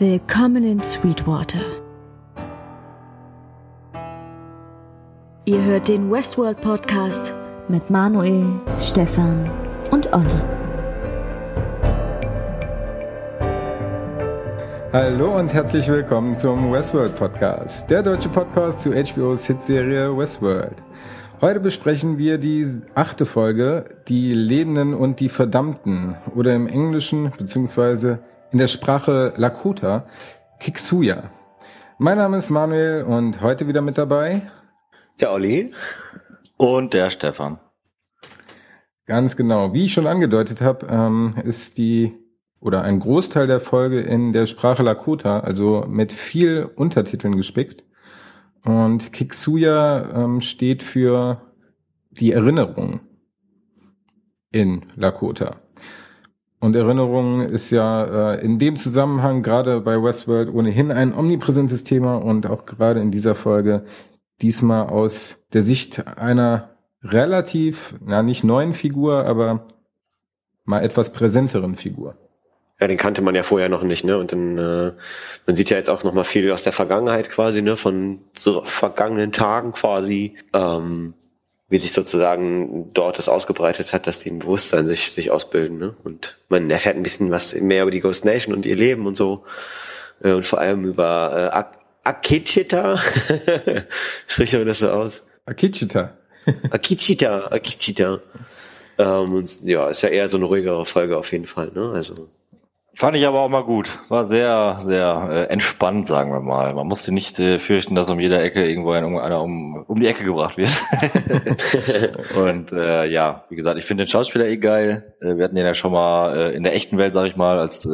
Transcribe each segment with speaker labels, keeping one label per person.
Speaker 1: Willkommen in Sweetwater. Ihr hört den Westworld Podcast mit Manuel, Stefan und Olli.
Speaker 2: Hallo und herzlich willkommen zum Westworld Podcast, der deutsche Podcast zu HBO's Hitserie Westworld. Heute besprechen wir die 8. Folge, die Lebenden und die Verdammten, oder im Englischen bzw. in der Sprache Lakota, Kiksuya. Mein Name ist Manuel und heute wieder mit dabei
Speaker 3: der Olli
Speaker 4: und der Stefan.
Speaker 2: Ganz genau. Wie ich schon angedeutet habe, ist ein Großteil der Folge in der Sprache Lakota, also mit viel Untertiteln gespickt. Und Kiksuya steht für die Erinnerung in Lakota. Und Erinnerung ist ja in dem Zusammenhang gerade bei Westworld ohnehin ein omnipräsentes Thema und auch gerade in dieser Folge diesmal aus der Sicht einer relativ, nicht neuen Figur, aber mal etwas präsenteren Figur.
Speaker 3: Ja, den kannte man ja vorher noch nicht, ne? Und dann, man sieht ja jetzt auch noch mal viel aus der Vergangenheit quasi, ne? Von so vergangenen Tagen quasi, wie sich sozusagen dort das ausgebreitet hat, dass die im Bewusstsein sich ausbilden, ne? Und man erfährt ein bisschen was mehr über die Ghost Nation und ihr Leben und so. Und vor allem über Akichita. Spricht man das so aus?
Speaker 2: Akichita.
Speaker 3: Akichita. Und ja, ist ja eher so eine ruhigere Folge auf jeden Fall, ne? Also.
Speaker 4: Fand ich aber auch mal gut. War sehr, sehr entspannt, sagen wir mal. Man musste nicht fürchten, dass um jeder Ecke irgendwo einer um die Ecke gebracht wird. Und ja, wie gesagt, ich finde den Schauspieler geil. Wir hatten den ja schon mal in der echten Welt, sag ich mal, als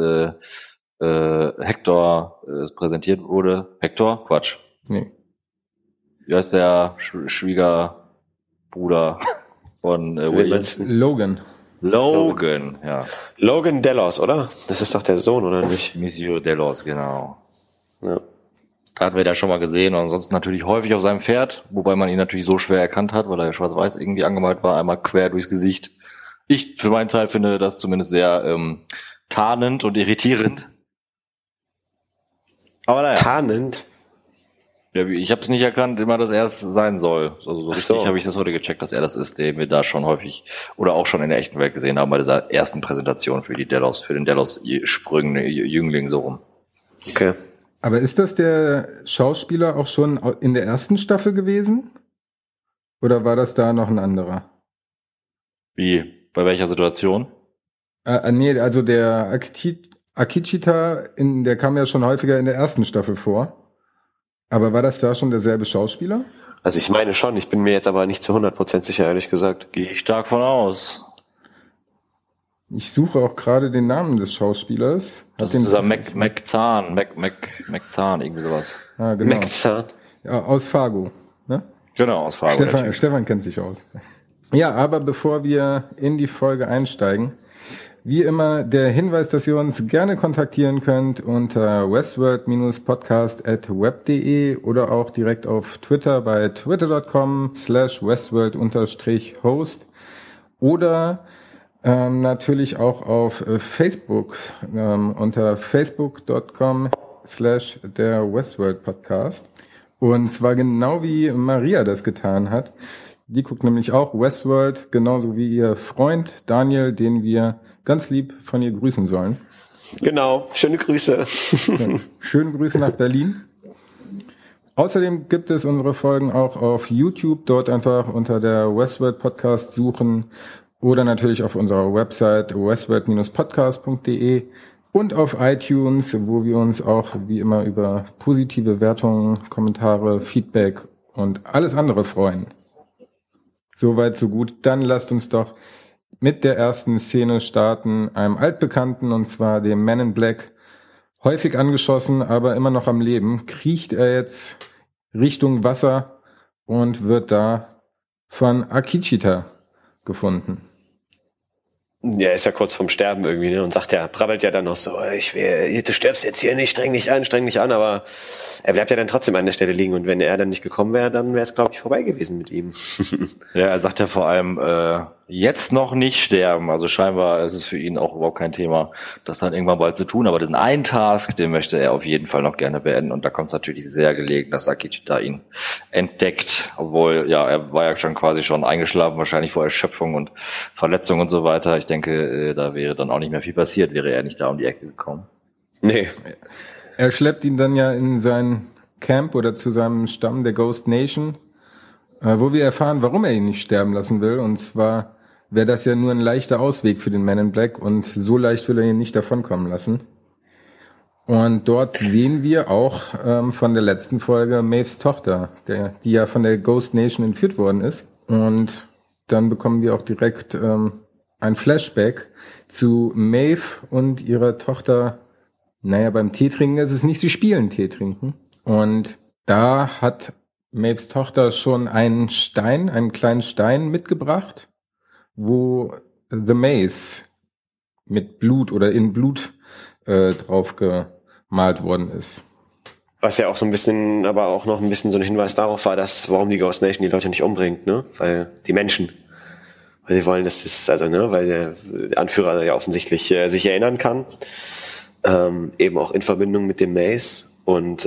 Speaker 4: Hector präsentiert wurde. Hector? Quatsch.
Speaker 2: Nee.
Speaker 4: Wie heißt der Schwiegerbruder von William? Logan, ja.
Speaker 3: Logan Delos, oder? Das ist doch der Sohn, oder nicht?
Speaker 4: Monsieur Delos, genau.
Speaker 3: Ja.
Speaker 4: Da hatten wir da schon mal gesehen und ansonsten natürlich häufig auf seinem Pferd, wobei man ihn natürlich so schwer erkannt hat, weil er ja schwarz-weiß irgendwie angemalt war, einmal quer durchs Gesicht. Ich für meinen Teil finde das zumindest sehr tarnend und irritierend. Aber naja.
Speaker 3: Tarnend?
Speaker 4: Ja, ich habe es nicht erkannt, immer, dass er es sein soll. Also so richtig habe ich das heute gecheckt, dass er das ist, den wir da schon häufig oder auch schon in der echten Welt gesehen haben bei dieser ersten Präsentation für den Delos-sprüngende Jüngling so rum.
Speaker 3: Okay.
Speaker 2: Aber ist das der Schauspieler auch schon in der ersten Staffel gewesen? Oder war das da noch ein anderer?
Speaker 4: Wie? Bei welcher Situation?
Speaker 2: Nee, also der Akichita, der kam ja schon häufiger in der ersten Staffel vor. Aber war das da schon derselbe Schauspieler?
Speaker 3: Also ich meine schon, ich bin mir jetzt aber nicht zu 100% sicher, ehrlich gesagt.
Speaker 4: Gehe ich stark von aus.
Speaker 2: Ich suche auch gerade den Namen des Schauspielers.
Speaker 4: Das ist dieser McZahn, irgendwie sowas.
Speaker 2: Ah, genau.
Speaker 3: McZahn.
Speaker 2: Ja, aus Fargo, ne?
Speaker 4: Genau, aus Fargo.
Speaker 2: Stefan kennt sich aus. Ja, aber bevor wir in die Folge einsteigen, wie immer der Hinweis, dass ihr uns gerne kontaktieren könnt unter westworld-podcast@web.de oder auch direkt auf Twitter bei twitter.com/westworld_host oder natürlich auch auf Facebook unter facebook.com/der Westworld Podcast. Und zwar genau wie Maria das getan hat. Die guckt nämlich auch Westworld, genauso wie ihr Freund Daniel, den wir ganz lieb von ihr grüßen sollen.
Speaker 3: Genau, schöne Grüße.
Speaker 2: Ja, schöne Grüße nach Berlin. Außerdem gibt es unsere Folgen auch auf YouTube, dort einfach unter der Westworld Podcast suchen oder natürlich auf unserer Website westworld-podcast.de und auf iTunes, wo wir uns auch wie immer über positive Wertungen, Kommentare, Feedback und alles andere freuen. Soweit, so gut. Dann lasst uns doch mit der ersten Szene starten, einem Altbekannten, und zwar dem Man in Black. Häufig angeschossen, aber immer noch am Leben, kriecht er jetzt Richtung Wasser und wird da von Akichita gefunden.
Speaker 3: Ja, ist ja kurz vorm Sterben irgendwie, ne? Und brabbelt ja dann noch so, du stirbst jetzt hier nicht, streng dich an, aber er bleibt ja dann trotzdem an der Stelle liegen und wenn er dann nicht gekommen wäre, dann wäre es, glaube ich, vorbei gewesen mit ihm.
Speaker 4: Ja, er sagt ja vor allem, jetzt noch nicht sterben. Also scheinbar ist es für ihn auch überhaupt kein Thema, das dann irgendwann bald zu tun. Aber diesen einen Task, den möchte er auf jeden Fall noch gerne beenden. Und da kommt es natürlich sehr gelegen, dass Akecheta ihn entdeckt. Obwohl, ja, er war ja schon eingeschlafen, wahrscheinlich vor Erschöpfung und Verletzung und so weiter. Ich denke, da wäre dann auch nicht mehr viel passiert, wäre er nicht da um die Ecke gekommen.
Speaker 2: Nee. Er schleppt ihn dann ja in sein Camp oder zu seinem Stamm der Ghost Nation, wo wir erfahren, warum er ihn nicht sterben lassen will. Und zwar wäre das ja nur ein leichter Ausweg für den Man in Black und so leicht will er ihn nicht davonkommen lassen. Und dort sehen wir auch von der letzten Folge Maves Tochter, die ja von der Ghost Nation entführt worden ist. Und dann bekommen wir auch direkt ein Flashback zu Maeve und ihrer Tochter. Naja, beim Teetrinken ist es nicht, sie spielen Tee trinken. Und da hat Maves Tochter schon einen kleinen Stein mitgebracht, wo The Maze mit Blut oder in Blut drauf gemalt worden ist.
Speaker 3: Was ja auch so ein bisschen, aber auch noch ein bisschen so ein Hinweis darauf war, warum die Ghost Nation die Leute nicht umbringt, ne? Weil die Menschen. Weil sie wollen, dass das, also, ne, weil der Anführer ja offensichtlich sich erinnern kann. Eben auch in Verbindung mit dem Maze. Und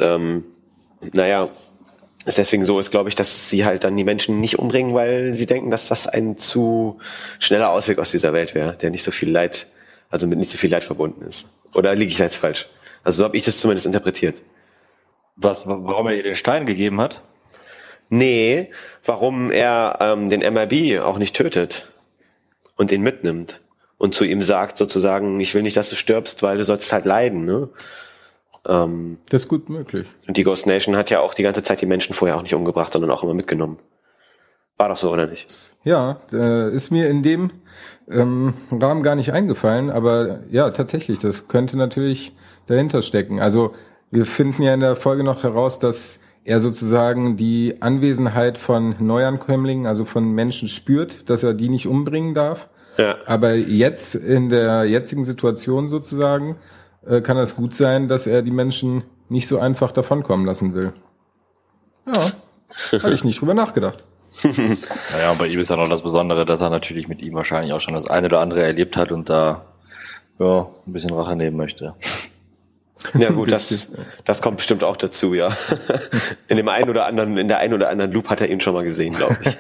Speaker 3: es deswegen so ist, glaube ich, dass sie halt dann die Menschen nicht umbringen, weil sie denken, dass das ein zu schneller Ausweg aus dieser Welt wäre, der nicht so viel Leid, also mit nicht so viel Leid verbunden ist. Oder liege ich jetzt falsch? Also so habe ich das zumindest interpretiert.
Speaker 4: Warum er ihr den Stein gegeben hat?
Speaker 3: Nee, warum er den MIB auch nicht tötet und ihn mitnimmt und zu ihm sagt sozusagen, ich will nicht, dass du stirbst, weil du sollst halt leiden, ne?
Speaker 2: Das ist gut möglich.
Speaker 3: Und die Ghost Nation hat ja auch die ganze Zeit die Menschen vorher auch nicht umgebracht, sondern auch immer mitgenommen. War doch so, oder nicht?
Speaker 2: Ja, ist mir in dem Rahmen gar nicht eingefallen, aber ja, tatsächlich, das könnte natürlich dahinter stecken. Also wir finden ja in der Folge noch heraus, dass er sozusagen die Anwesenheit von Neuankömmlingen, also von Menschen spürt, dass er die nicht umbringen darf.
Speaker 3: Ja.
Speaker 2: Aber jetzt, in der jetzigen Situation sozusagen, kann es gut sein, dass er die Menschen nicht so einfach davonkommen lassen will. Ja, hatte ich nicht drüber nachgedacht.
Speaker 4: Naja, und bei ihm ist ja noch das Besondere, dass er natürlich mit ihm wahrscheinlich auch schon das eine oder andere erlebt hat und da ein bisschen Rache nehmen möchte.
Speaker 3: Ja gut, das kommt bestimmt auch dazu, ja. In der einen oder anderen Loop hat er ihn schon mal gesehen, glaube ich.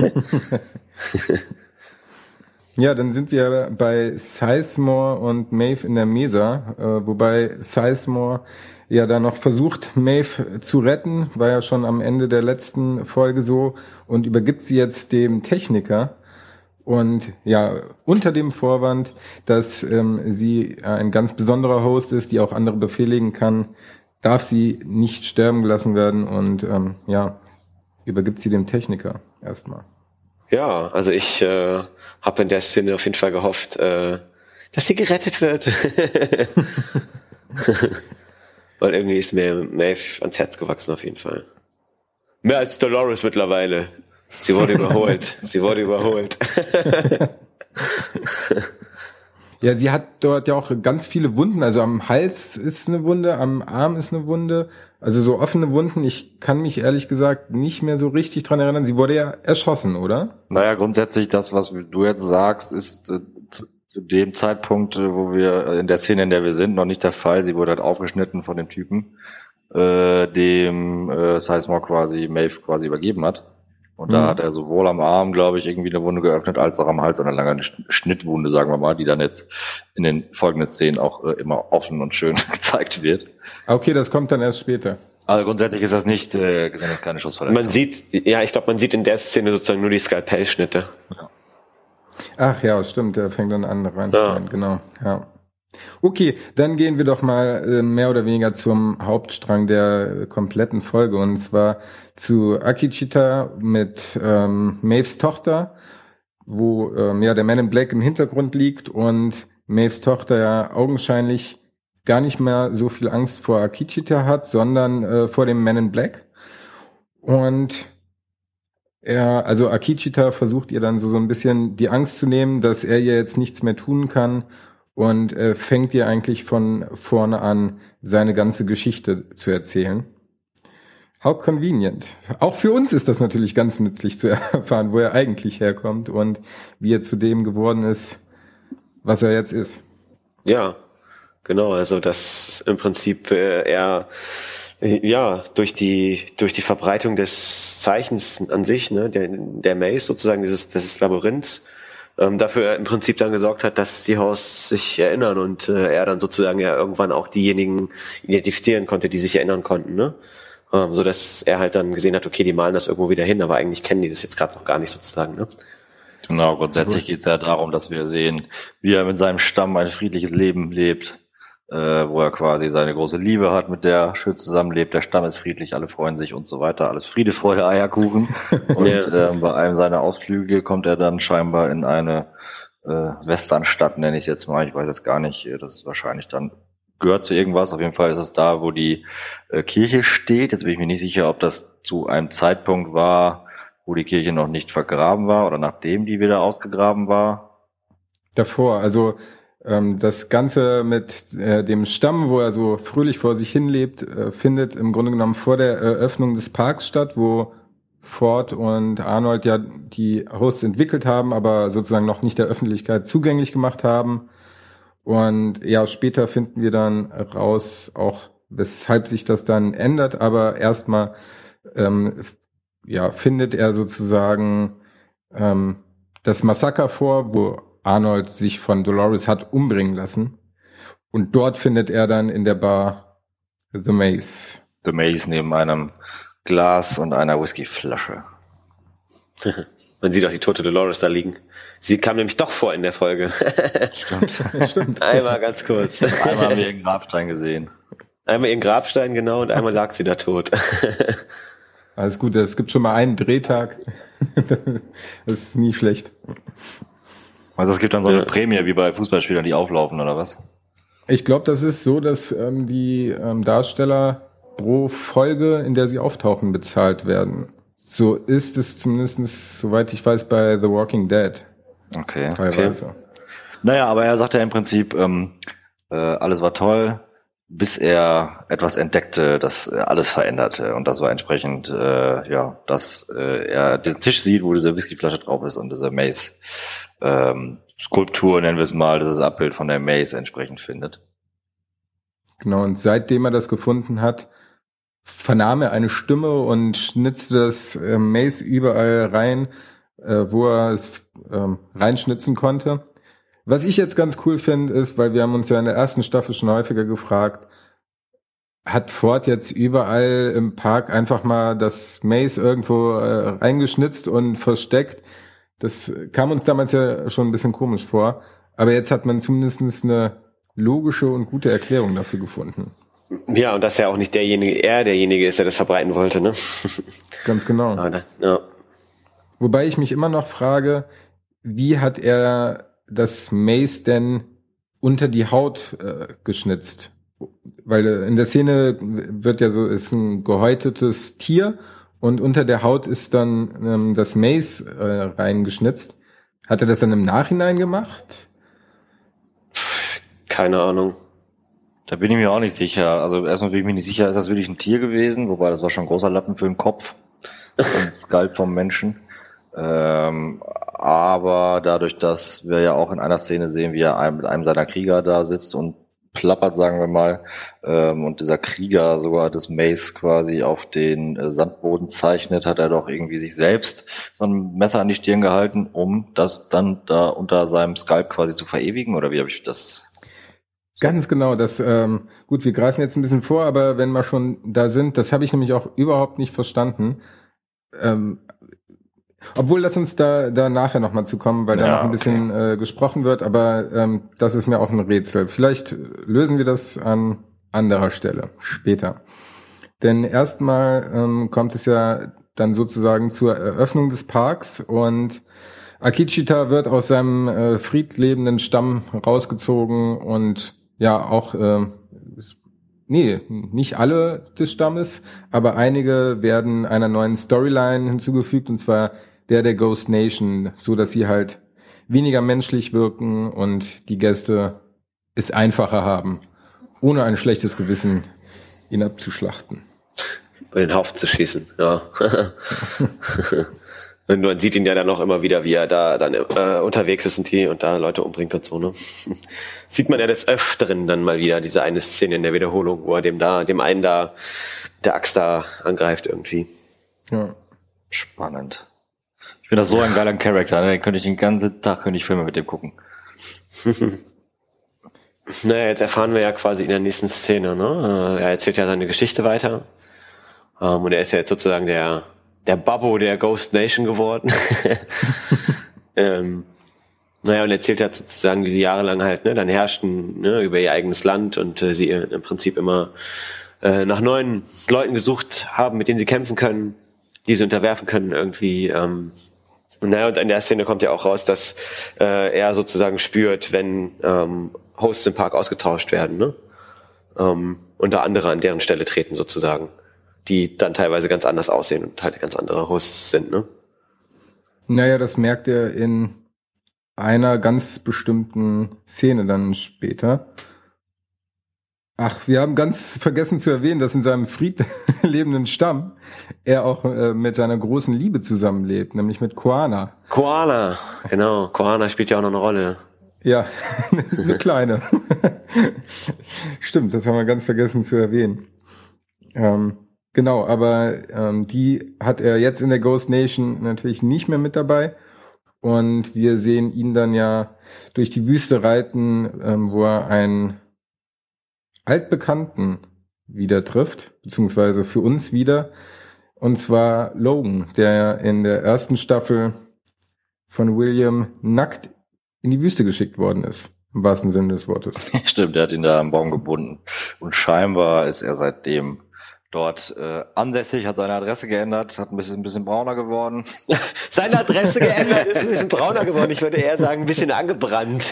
Speaker 2: Ja, dann sind wir bei Sizemore und Maeve in der Mesa, wobei Sizemore ja da noch versucht, Maeve zu retten, war ja schon am Ende der letzten Folge so, und übergibt sie jetzt dem Techniker. Und ja, unter dem Vorwand, dass sie ein ganz besonderer Host ist, die auch andere befehligen kann, darf sie nicht sterben gelassen werden und übergibt sie dem Techniker erstmal.
Speaker 3: Ja, also ich habe in der Szene auf jeden Fall gehofft, dass sie gerettet wird. Weil irgendwie ist mir Maeve ans Herz gewachsen auf jeden Fall. Mehr als Dolores mittlerweile. Sie wurde überholt.
Speaker 2: Ja, sie hat dort ja auch ganz viele Wunden. Also am Hals ist eine Wunde, am Arm ist eine Wunde. Also so offene Wunden. Ich kann mich ehrlich gesagt nicht mehr so richtig dran erinnern. Sie wurde ja erschossen, oder?
Speaker 4: Naja, grundsätzlich das, was du jetzt sagst, ist zu dem Zeitpunkt, wo wir in der Szene, in der wir sind, noch nicht der Fall. Sie wurde halt aufgeschnitten von dem Typen, dem Sizemore quasi Maeve quasi übergeben hat. Und da hat er sowohl am Arm, glaube ich, irgendwie eine Wunde geöffnet, als auch am Hals eine lange Schnittwunde, sagen wir mal, die dann jetzt in den folgenden Szenen auch immer offen und schön gezeigt wird.
Speaker 2: Okay, das kommt dann erst später.
Speaker 4: Also grundsätzlich ist das nicht keine Schussverletzung.
Speaker 3: Man sieht in der Szene sozusagen nur die Skalpellschnitte.
Speaker 4: Ja.
Speaker 2: Ach ja, stimmt, der fängt dann an reinzurennen, genau, ja. Okay, dann gehen wir doch mal mehr oder weniger zum Hauptstrang der kompletten Folge, und zwar zu Akecheta mit Maves Tochter, wo der Man in Black im Hintergrund liegt und Maves Tochter ja augenscheinlich gar nicht mehr so viel Angst vor Akecheta hat, sondern vor dem Man in Black. Und also Akecheta versucht ihr dann so ein bisschen die Angst zu nehmen, dass er ihr jetzt nichts mehr tun kann, und fängt ihr eigentlich von vorne an, seine ganze Geschichte zu erzählen. How convenient. Auch für uns ist das natürlich ganz nützlich zu erfahren, wo er eigentlich herkommt und wie er zu dem geworden ist, was er jetzt ist.
Speaker 3: Ja, genau. Also dass im Prinzip er durch die Verbreitung des Zeichens an sich, ne, der Maze sozusagen, des Labyrinths, dafür im Prinzip dann gesorgt hat, dass die Seahawks sich erinnern und er dann sozusagen ja irgendwann auch diejenigen identifizieren konnte, die sich erinnern konnten, ne? So dass er halt dann gesehen hat, okay, die malen das irgendwo wieder hin, aber eigentlich kennen die das jetzt gerade noch gar nicht sozusagen, ne?
Speaker 4: Genau, grundsätzlich geht es ja darum, dass wir sehen, wie er mit seinem Stamm ein friedliches Leben lebt, wo er quasi seine große Liebe hat, mit der er schön zusammenlebt. Der Stamm ist friedlich, alle freuen sich und so weiter. Alles Friede, Freude, Eierkuchen. Und bei einem seiner Ausflüge kommt er dann scheinbar in eine Westernstadt, nenne ich es jetzt mal. Ich weiß jetzt gar nicht, das ist wahrscheinlich dann gehört zu irgendwas. Auf jeden Fall ist es da, wo die Kirche steht. Jetzt bin ich mir nicht sicher, ob das zu einem Zeitpunkt war, wo die Kirche noch nicht vergraben war oder nachdem die wieder ausgegraben war.
Speaker 2: Davor, also das Ganze mit dem Stamm, wo er so fröhlich vor sich hin lebt, findet im Grunde genommen vor der Eröffnung des Parks statt, wo Ford und Arnold ja die Hosts entwickelt haben, aber sozusagen noch nicht der Öffentlichkeit zugänglich gemacht haben. Und ja, später finden wir dann raus, auch weshalb sich das dann ändert, aber erstmal findet er sozusagen das Massaker vor, wo Arnold sich von Dolores hat umbringen lassen. Und dort findet er dann in der Bar The Maze.
Speaker 4: The Maze neben einem Glas und einer Whiskyflasche.
Speaker 3: Man sieht auch die tote Dolores da liegen. Sie kam nämlich doch vor in der Folge.
Speaker 4: Stimmt.
Speaker 3: Einmal ganz kurz.
Speaker 4: Einmal haben wir ihren Grabstein gesehen.
Speaker 3: Einmal ihren Grabstein, genau, und einmal lag sie da tot.
Speaker 2: Alles gut, es gibt schon mal einen Drehtag. Das ist nie schlecht.
Speaker 4: Also es gibt dann so eine Prämie wie bei Fußballspielern, die auflaufen, oder was?
Speaker 2: Ich glaube, das ist so, dass die Darsteller pro Folge, in der sie auftauchen, bezahlt werden. So ist es zumindest, soweit ich weiß, bei The Walking Dead.
Speaker 4: Okay.
Speaker 2: Teilweise.
Speaker 4: Okay. Naja, aber er sagt ja im Prinzip, alles war toll, bis er etwas entdeckte, das alles veränderte. Und das war entsprechend, dass er den Tisch sieht, wo diese Whiskyflasche drauf ist und diese Maze Skulptur, nennen wir es mal, dieses Abbild von der Maze entsprechend findet.
Speaker 2: Genau, und seitdem er das gefunden hat, vernahm er eine Stimme und schnitzte das Maze überall rein, wo er es reinschnitzen konnte. Was ich jetzt ganz cool finde, ist, weil wir haben uns ja in der ersten Staffel schon häufiger gefragt, hat Ford jetzt überall im Park einfach mal das Maze irgendwo reingeschnitzt und versteckt? Das kam uns damals ja schon ein bisschen komisch vor, aber jetzt hat man zumindest eine logische und gute Erklärung dafür gefunden.
Speaker 3: Ja, und dass ja auch nicht derjenige ist, der das verbreiten wollte, ne?
Speaker 2: Ganz genau.
Speaker 3: Ja.
Speaker 2: Wobei ich mich immer noch frage, wie hat er das Maze denn unter die Haut geschnitzt? Weil in der Szene wird ja so, ist ein gehäutetes Tier und unter der Haut ist dann das Maze reingeschnitzt. Hat er das dann im Nachhinein gemacht?
Speaker 3: Keine Ahnung.
Speaker 4: Da bin ich mir auch nicht sicher. Also erstmal bin ich mir nicht sicher, ist das wirklich ein Tier gewesen? Wobei, das war schon ein großer Lappen für den Kopf. Und galt vom Menschen. Aber dadurch, dass wir ja auch in einer Szene sehen, wie er mit einem seiner Krieger da sitzt und plappert, sagen wir mal, und dieser Krieger sogar das Mace quasi auf den Sandboden zeichnet, hat er doch irgendwie sich selbst so ein Messer an die Stirn gehalten, um das dann da unter seinem Skalp quasi zu verewigen, oder wie habe ich das?
Speaker 2: Ganz genau, das gut, wir greifen jetzt ein bisschen vor, aber wenn wir schon da sind, das habe ich nämlich auch überhaupt nicht verstanden. Obwohl, lass uns da nachher nochmal zu kommen, weil da noch ein bisschen gesprochen wird, aber das ist mir auch ein Rätsel. Vielleicht lösen wir das an anderer Stelle später. Denn erstmal kommt es ja dann sozusagen zur Eröffnung des Parks und Akichita wird aus seinem friedlebenden Stamm rausgezogen und ja auch nicht alle des Stammes, aber einige werden einer neuen Storyline hinzugefügt, und zwar der Ghost Nation, so dass sie halt weniger menschlich wirken und die Gäste es einfacher haben, ohne ein schlechtes Gewissen ihn abzuschlachten.
Speaker 3: den Haufen zu schießen, ja. Und man sieht ihn ja dann auch immer wieder, wie er da dann unterwegs ist und da Leute umbringt und so, ne? Sieht man ja des Öfteren dann mal wieder, diese eine Szene in der Wiederholung, wo er dem einen da der Axt da angreift irgendwie.
Speaker 2: Ja.
Speaker 4: Spannend. Ich finde das so ein geiler Charakter, ne? Den ganzen Tag Filme mit dem gucken.
Speaker 3: Naja, jetzt erfahren wir ja quasi in der nächsten Szene, ne? Er erzählt ja seine Geschichte weiter. Und er ist ja jetzt sozusagen der Babbo der Ghost Nation geworden. Naja, und erzählt hat sozusagen, wie sie jahrelang halt, ne, dann herrschten, ne, über ihr eigenes Land und sie im Prinzip immer nach neuen Leuten gesucht haben, mit denen sie kämpfen können, die sie unterwerfen können irgendwie. Naja, und in der Szene kommt ja auch raus, dass er sozusagen spürt, wenn Hosts im Park ausgetauscht werden, ne? Und da andere an deren Stelle treten sozusagen, die dann teilweise ganz anders aussehen und halt ganz andere Hosts sind, ne?
Speaker 2: Naja, das merkt er in einer ganz bestimmten Szene dann später. Ach, wir haben ganz vergessen zu erwähnen, dass in seinem friedlebenden Stamm er auch mit seiner großen Liebe zusammenlebt, nämlich mit Koana.
Speaker 3: Koala, genau. Koana spielt ja auch noch eine Rolle.
Speaker 2: Ja, eine kleine. Stimmt, das haben wir ganz vergessen zu erwähnen. Genau, aber die hat er jetzt in der Ghost Nation natürlich nicht mehr mit dabei. Und wir sehen ihn dann ja durch die Wüste reiten, wo er einen Altbekannten wieder trifft, beziehungsweise für uns wieder. Und zwar Logan, der in der ersten Staffel von William nackt in die Wüste geschickt worden ist. Im wahrsten Sinne des Wortes.
Speaker 4: Stimmt, der hat ihn da am Baum gebunden. Und scheinbar ist er seitdem dort ansässig, hat seine Adresse geändert, hat ein bisschen brauner geworden.
Speaker 3: Seine Adresse geändert, ist ein bisschen brauner geworden. Ich würde eher sagen, ein bisschen angebrannt.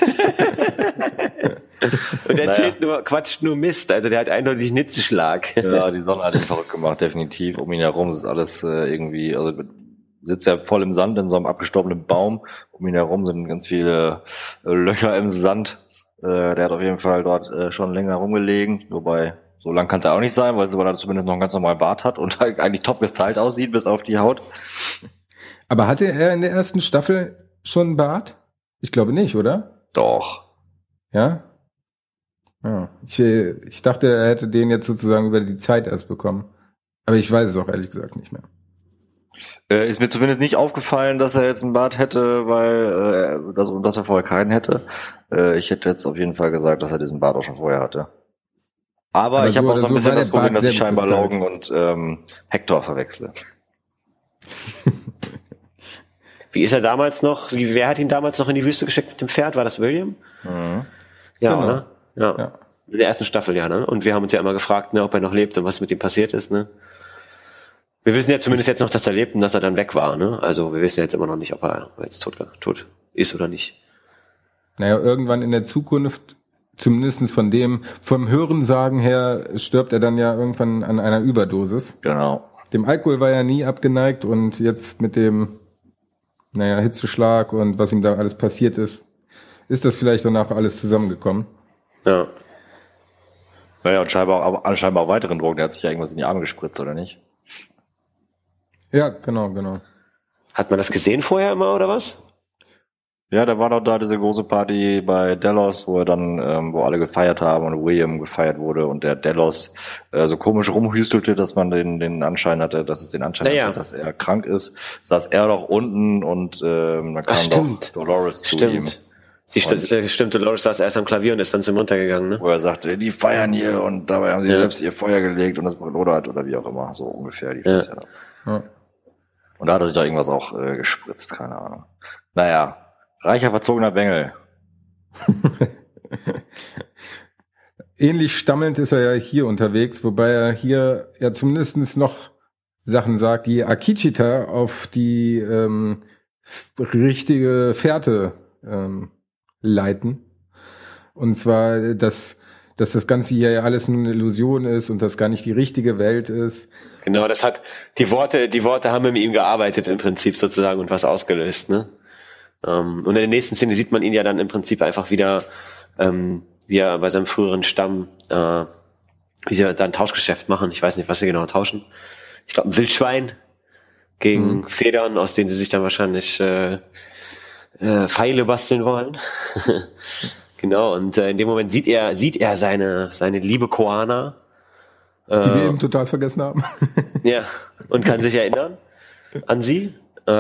Speaker 3: Und erzählt quatscht nur Mist. Also der hat eindeutig einen Hitzeschlag.
Speaker 4: Ja, die Sonne hat ihn verrückt gemacht, definitiv. Um ihn herum ist alles irgendwie, also sitzt er voll im Sand in so einem abgestorbenen Baum. Um ihn herum sind ganz viele Löcher im Sand. Der hat auf jeden Fall dort schon länger rumgelegen, wobei so lang kann es ja auch nicht sein, weil er zumindest noch einen ganz normalen Bart hat und halt eigentlich top gestylt aussieht, bis auf die Haut.
Speaker 2: Aber hatte er in der ersten Staffel schon einen Bart? Ich glaube nicht, oder?
Speaker 4: Doch.
Speaker 2: Ja? Ja. Ich dachte, er hätte den jetzt sozusagen über die Zeit erst bekommen. Aber ich weiß es auch ehrlich gesagt nicht mehr.
Speaker 4: Ist mir zumindest nicht aufgefallen, dass er jetzt einen Bart hätte, weil dass er vorher keinen hätte. Ich hätte jetzt auf jeden Fall gesagt, dass er diesen Bart auch schon vorher hatte. Aber ich habe auch so ein bisschen das Problem, dass ich scheinbar Logan und Hector verwechsle.
Speaker 3: Wie ist er damals noch? Wer hat ihn damals noch in die Wüste geschickt mit dem Pferd? War das William?
Speaker 4: Mhm.
Speaker 3: Ja,
Speaker 2: Genau.
Speaker 3: oder? Ja. In der ersten Staffel, ja, ne? Und wir haben uns ja immer gefragt, ne, ob er noch lebt und was mit ihm passiert ist, ne? Wir wissen ja zumindest jetzt noch, dass er lebt und dass er dann weg war, ne? Also wir wissen jetzt immer noch nicht, ob er jetzt tot ist oder nicht.
Speaker 2: Naja, irgendwann in der Zukunft, zumindest vom Hörensagen her, stirbt er dann ja irgendwann an einer Überdosis.
Speaker 4: Genau.
Speaker 2: Dem Alkohol war er nie abgeneigt und jetzt mit dem, Hitzeschlag und was ihm da alles passiert ist das vielleicht danach alles zusammengekommen.
Speaker 3: Ja.
Speaker 4: Naja, und scheinbar auch weiteren Drogen. Der hat sich ja irgendwas in die Arme gespritzt, oder nicht?
Speaker 2: Ja, genau.
Speaker 3: Hat man das gesehen vorher immer, oder was?
Speaker 4: Ja, da war doch da diese große Party bei Delos, wo er dann, wo alle gefeiert haben und William gefeiert wurde und der Delos so komisch rumhüstelte, dass man den Anschein hatte, dass dass er krank ist. Saß er doch unten und dann kam doch Dolores zu ihm.
Speaker 3: Stimmt, Dolores saß erst am Klavier und ist dann zum runtergegangen, ne?
Speaker 4: Wo er sagte, die feiern hier und dabei haben sie selbst ihr Feuer gelegt und das brodert oder wie auch immer, so ungefähr.
Speaker 2: Ja.
Speaker 4: Und da hat er sich doch irgendwas auch gespritzt, keine Ahnung. Naja. Reicher, verzogener Bengel.
Speaker 2: Ähnlich stammelnd ist er ja hier unterwegs, wobei er hier ja zumindest noch Sachen sagt, die Akichita auf die richtige Fährte leiten. Und zwar, dass das Ganze hier ja alles nur eine Illusion ist und das gar nicht die richtige Welt ist.
Speaker 3: Genau, das hat die Worte haben mit ihm gearbeitet im Prinzip sozusagen und was ausgelöst, ne? Und in der nächsten Szene sieht man ihn ja dann im Prinzip einfach wieder, wie er bei seinem früheren Stamm, wie sie dann ein Tauschgeschäft machen. Ich weiß nicht, was sie genau tauschen. ich glaube, ein Wildschwein gegen Federn, aus denen sie sich dann wahrscheinlich Pfeile basteln wollen. Genau, und in dem Moment sieht er seine liebe Koana.
Speaker 2: Die wir eben total vergessen haben.
Speaker 3: Ja, und kann sich erinnern an sie.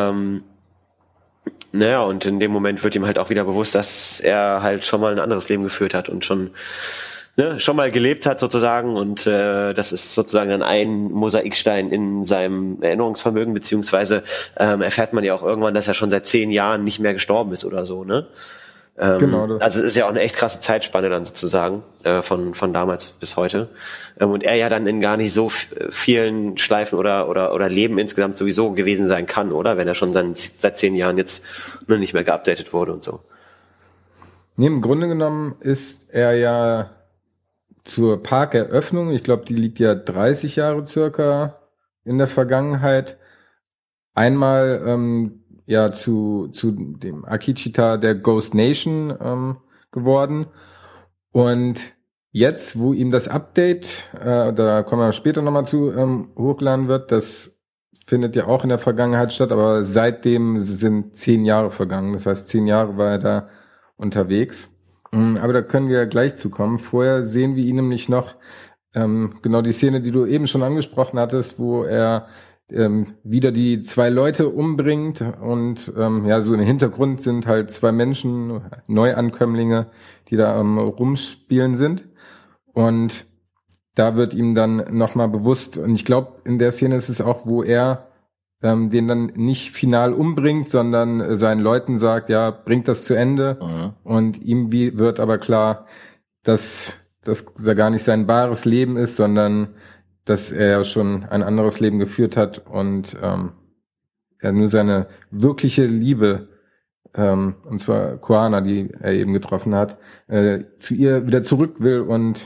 Speaker 3: Naja, und in dem Moment wird ihm halt auch wieder bewusst, dass er halt schon mal ein anderes Leben geführt hat und schon mal gelebt hat sozusagen, und das ist sozusagen dann ein Mosaikstein in seinem Erinnerungsvermögen, beziehungsweise erfährt man ja auch irgendwann, dass er schon seit 10 Jahren nicht mehr gestorben ist oder so, ne?
Speaker 2: Genau.
Speaker 3: Also es ist ja auch eine echt krasse Zeitspanne dann sozusagen, von damals bis heute. Und er ja dann in gar nicht so vielen Schleifen oder Leben insgesamt sowieso gewesen sein kann, oder? Wenn er schon seit 10 Jahren jetzt nur nicht mehr geupdatet wurde und so.
Speaker 2: Nee, im Grunde genommen ist er ja zur Parkeröffnung, ich glaube, die liegt ja 30 Jahre circa in der Vergangenheit, einmal zu dem Akecheta der Ghost Nation geworden. Und jetzt, wo ihm das Update, da kommen wir später nochmal zu, hochgeladen wird, das findet ja auch in der Vergangenheit statt, aber seitdem sind 10 Jahre vergangen. Das heißt, 10 Jahre war er da unterwegs. Aber da können wir gleich zu kommen. Vorher sehen wir ihn nämlich noch, genau die Szene, die du eben schon angesprochen hattest, wo er wieder die 2 Leute umbringt und so im Hintergrund sind halt 2 Menschen, Neuankömmlinge, die da rumspielen sind, und da wird ihm dann nochmal bewusst, und ich glaube, in der Szene ist es auch, wo er den dann nicht final umbringt, sondern seinen Leuten sagt, ja, bringt das zu Ende, und ihm wird aber klar, dass das gar nicht sein wahres Leben ist, sondern dass er schon ein anderes Leben geführt hat und er nur seine wirkliche Liebe, und zwar Koana, die er eben getroffen hat, zu ihr wieder zurück will und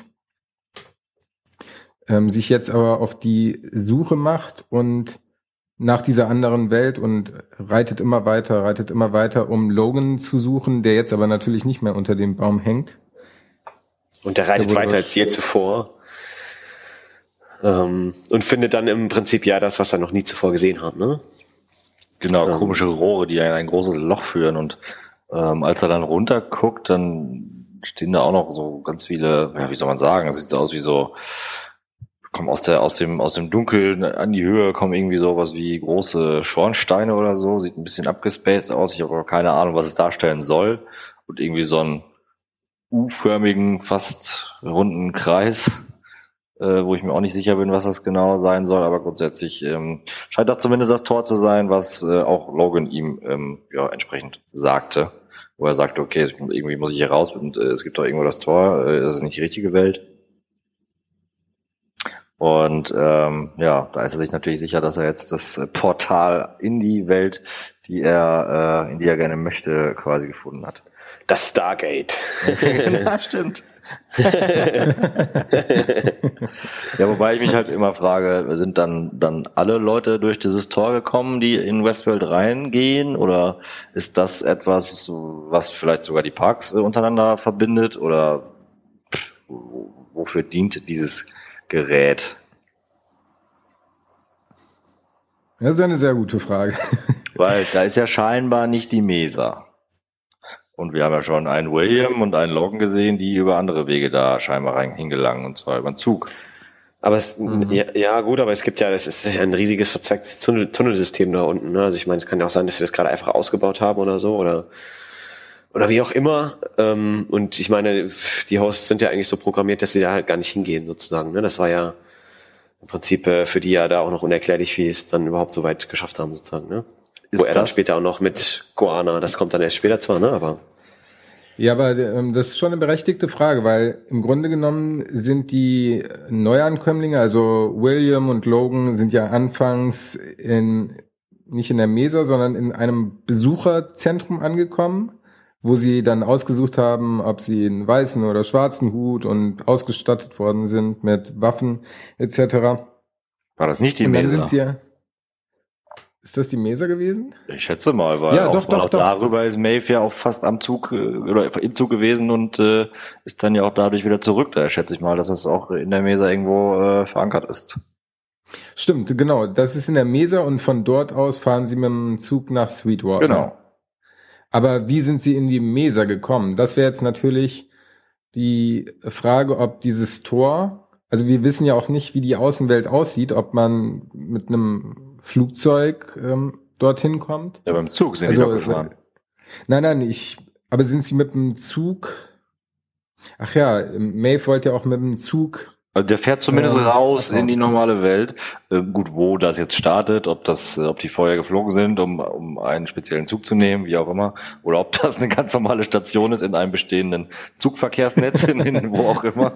Speaker 2: sich jetzt aber auf die Suche macht und nach dieser anderen Welt und reitet immer weiter, um Logan zu suchen, der jetzt aber natürlich nicht mehr unter dem Baum hängt.
Speaker 3: Und der reitet weiter als je zuvor. Und findet dann im Prinzip ja das, was er noch nie zuvor gesehen hat, ne?
Speaker 4: Genau, komische Rohre, die in ein großes Loch führen, und als er dann runterguckt, dann stehen da auch noch so ganz viele, ja, wie soll man sagen, es sieht so aus wie so, kommen aus dem Dunkeln an die Höhe, kommen irgendwie sowas wie große Schornsteine oder so, sieht ein bisschen abgespaced aus, ich habe aber keine Ahnung, was es darstellen soll, und irgendwie so einen U-förmigen, fast runden Kreis, wo ich mir auch nicht sicher bin, was das genau sein soll, aber grundsätzlich scheint das zumindest das Tor zu sein, was auch Logan ihm entsprechend sagte, wo er sagte, okay, irgendwie muss ich hier raus, und es gibt doch irgendwo das Tor, das ist nicht die richtige Welt. Und da ist er sich natürlich sicher, dass er jetzt das Portal in die Welt, in die er gerne möchte, quasi gefunden hat.
Speaker 3: Das Stargate.
Speaker 4: Ja, stimmt. Ja, wobei ich mich halt immer frage, sind dann alle Leute durch dieses Tor gekommen, die in Westworld reingehen, oder ist das etwas, was vielleicht sogar die Parks untereinander verbindet, oder wofür dient dieses Gerät?
Speaker 2: Das ist eine sehr gute Frage.
Speaker 4: Weil da ist ja scheinbar nicht die Mesa. Und wir haben ja schon einen William und einen Logan gesehen, die über andere Wege da scheinbar hingelangen, und zwar über den Zug.
Speaker 3: Aber es gibt ja, das ist ja ein riesiges verzweigtes Tunnelsystem da unten, ne? Also ich meine, es kann ja auch sein, dass wir das gerade einfach ausgebaut haben oder so, oder wie auch immer. Und ich meine, die Hosts sind ja eigentlich so programmiert, dass sie da halt gar nicht hingehen, sozusagen, ne? Das war ja im Prinzip für die ja da auch noch unerklärlich, wie es dann überhaupt so weit geschafft haben, sozusagen, ne? Wo er dann später auch noch mit Koana, das kommt dann erst später zwar, ne, aber...
Speaker 2: Ja, aber das ist schon eine berechtigte Frage, weil im Grunde genommen sind die Neuankömmlinge, also William und Logan, sind ja anfangs nicht in der Mesa, sondern in einem Besucherzentrum angekommen, wo sie dann ausgesucht haben, ob sie einen weißen oder schwarzen Hut und ausgestattet worden sind mit Waffen etc.
Speaker 4: War das nicht die Mesa?
Speaker 2: Und dann sind sie Ist das die Mesa gewesen?
Speaker 4: Ich schätze mal, weil
Speaker 2: ja,
Speaker 4: auch
Speaker 2: doch.
Speaker 4: Darüber ist Maeve ja auch fast am Zug oder im Zug gewesen und ist dann ja auch dadurch wieder zurück. Da schätze ich mal, dass das auch in der Mesa irgendwo verankert ist.
Speaker 2: Stimmt, genau. Das ist in der Mesa und von dort aus fahren sie mit dem Zug nach Sweetwater.
Speaker 4: Genau.
Speaker 2: Aber wie sind sie in die Mesa gekommen? Das wäre jetzt natürlich die Frage, ob dieses Tor, also wir wissen ja auch nicht, wie die Außenwelt aussieht, ob man mit einem Flugzeug dorthin kommt.
Speaker 4: Ja, beim Zug sind die doch gefahren.
Speaker 2: Nein, aber sind sie mit dem Zug? Ach ja, Maeve wollte ja auch mit dem Zug.
Speaker 4: Also der fährt zumindest raus in die normale Welt. Gut, wo das jetzt startet, ob die vorher geflogen sind, um einen speziellen Zug zu nehmen, wie auch immer, oder ob das eine ganz normale Station ist in einem bestehenden Zugverkehrsnetz, wo auch immer.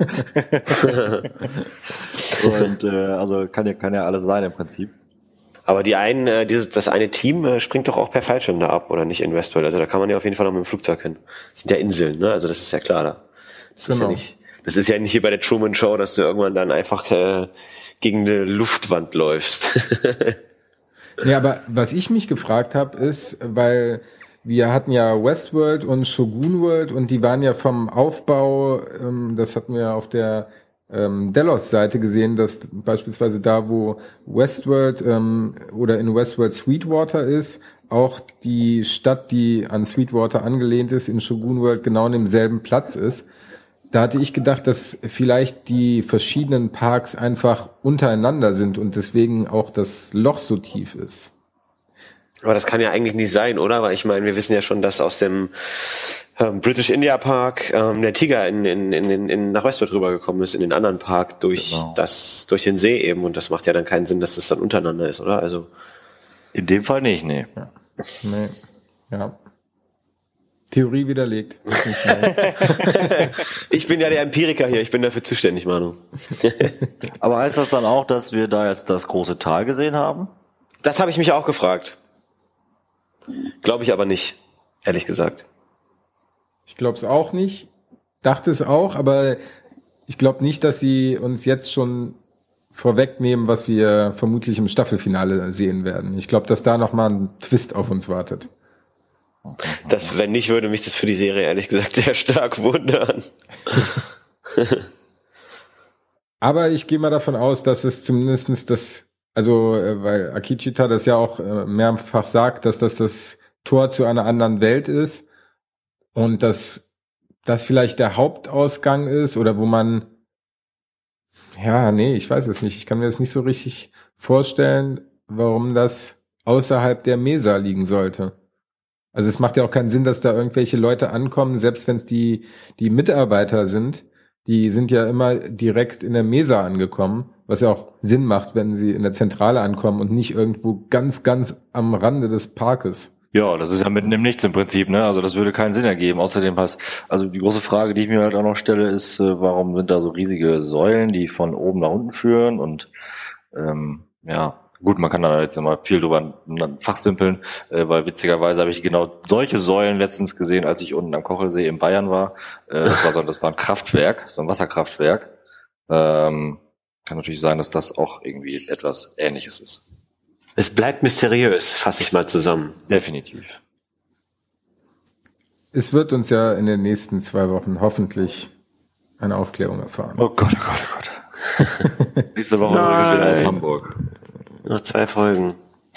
Speaker 4: Und also kann ja alles sein im Prinzip.
Speaker 3: Aber das eine Team springt doch auch per Fallschirm da ab, oder nicht in Westworld? Also da kann man ja auf jeden Fall noch mit dem Flugzeug hin. Das sind ja Inseln, ne? Also das ist ja klar da. Das ist ja nicht wie bei der Truman Show, dass du irgendwann dann einfach gegen eine Luftwand läufst.
Speaker 2: Ja, aber was ich mich gefragt habe, ist, weil wir hatten ja Westworld und Shogun World und die waren ja vom Aufbau, das hatten wir auf der Delos-Seite gesehen, dass beispielsweise da, wo Westworld oder in Westworld Sweetwater ist, auch die Stadt, die an Sweetwater angelehnt ist, in Shogun World genau an demselben Platz ist. Da hatte ich gedacht, dass vielleicht die verschiedenen Parks einfach untereinander sind und deswegen auch das Loch so tief ist.
Speaker 3: Aber das kann ja eigentlich nicht sein, oder? Weil ich meine, wir wissen ja schon, dass aus dem British India Park der Tiger nach Westworld rübergekommen ist, in den anderen Park durch den See eben. Und das macht ja dann keinen Sinn, dass das dann untereinander ist, oder? Also
Speaker 4: in dem Fall nicht, nee.
Speaker 2: Ja. Nee. Ja. Theorie widerlegt.
Speaker 3: Ich bin ja der Empiriker hier, ich bin dafür zuständig, Manu.
Speaker 4: Aber heißt das dann auch, dass wir da jetzt das große Tal gesehen haben?
Speaker 3: Das habe ich mich auch gefragt. Glaube ich aber nicht, ehrlich gesagt.
Speaker 2: Ich glaube es auch nicht. Dachte es auch, aber ich glaube nicht, dass sie uns jetzt schon vorwegnehmen, was wir vermutlich im Staffelfinale sehen werden. Ich glaube, dass da nochmal ein Twist auf uns wartet.
Speaker 3: Wenn nicht, würde mich das für die Serie ehrlich gesagt sehr stark wundern.
Speaker 2: Aber ich gehe mal davon aus, dass es zumindest weil Akihito das ja auch mehrfach sagt, dass das Tor zu einer anderen Welt ist und dass das vielleicht der Hauptausgang ist oder wo man, ich weiß es nicht. Ich kann mir das nicht so richtig vorstellen, warum das außerhalb der Mesa liegen sollte. Also es macht ja auch keinen Sinn, dass da irgendwelche Leute ankommen, selbst wenn es die Mitarbeiter sind. Die sind ja immer direkt in der Mesa angekommen, was ja auch Sinn macht, wenn sie in der Zentrale ankommen und nicht irgendwo ganz, ganz am Rande des Parkes.
Speaker 4: Ja, das ist ja mitten im Nichts im Prinzip, ne? Also das würde keinen Sinn ergeben. Außerdem also die große Frage, die ich mir halt auch noch stelle, ist, warum sind da so riesige Säulen, die von oben nach unten führen und gut, man kann da jetzt immer viel drüber fachsimpeln, weil witzigerweise habe ich genau solche Säulen letztens gesehen, als ich unten am Kochelsee in Bayern war. Das war ein Kraftwerk, so ein Wasserkraftwerk. Kann natürlich sein, dass das auch irgendwie etwas Ähnliches ist.
Speaker 3: Es bleibt mysteriös, fasse ich mal zusammen.
Speaker 4: Definitiv.
Speaker 2: Es wird uns ja in den nächsten 2 Wochen hoffentlich eine Aufklärung erfahren.
Speaker 4: Oh Gott, oh Gott, oh Gott. Nächste Woche wieder aus Hamburg.
Speaker 3: Noch 2 Folgen.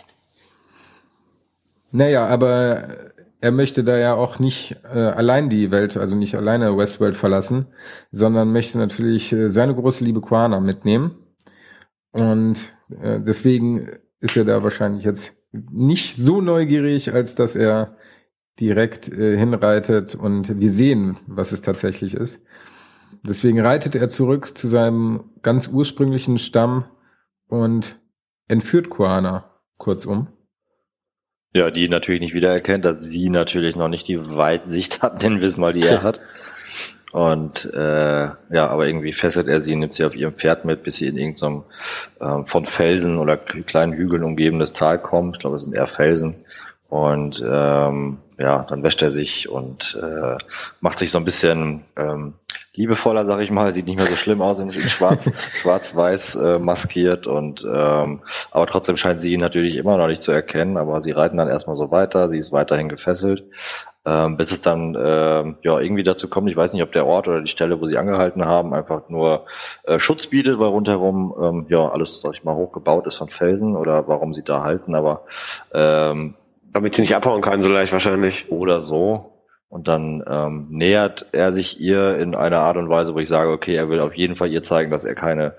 Speaker 2: Naja, aber er möchte da ja auch nicht allein die Welt, also nicht alleine Westworld verlassen, sondern möchte natürlich seine große Liebe Kuana mitnehmen. Und deswegen ist er da wahrscheinlich jetzt nicht so neugierig, als dass er direkt hinreitet und wir sehen, was es tatsächlich ist. Deswegen reitet er zurück zu seinem ganz ursprünglichen Stamm und entführt Kuana, kurzum.
Speaker 4: Ja, die natürlich nicht wiedererkennt, dass sie natürlich noch nicht die Weitsicht hat, den Wissen mal, die er hat. Und aber irgendwie fesselt er sie, nimmt sie auf ihrem Pferd mit, bis sie in irgendeinem von Felsen oder kleinen Hügeln umgebenes Tal kommt. Ich glaube, es sind eher Felsen. Und dann wäscht er sich und macht sich so ein bisschen liebevoller, sag ich mal. Sieht nicht mehr so schlimm aus, in schwarz-weiß maskiert. Und aber trotzdem scheint sie ihn natürlich immer noch nicht zu erkennen. Aber sie reiten dann erstmal so weiter. Sie ist weiterhin gefesselt. bis es dann irgendwie dazu kommt. Ich weiß nicht, ob der Ort oder die Stelle, wo sie angehalten haben, einfach nur Schutz bietet, weil rundherum alles, sag ich mal, hochgebaut ist von Felsen oder warum sie da halten, aber
Speaker 3: damit sie nicht abhauen kann, so leicht wahrscheinlich.
Speaker 4: Oder so. Und dann nähert er sich ihr in einer Art und Weise, wo ich sage, okay, er will auf jeden Fall ihr zeigen, dass er keine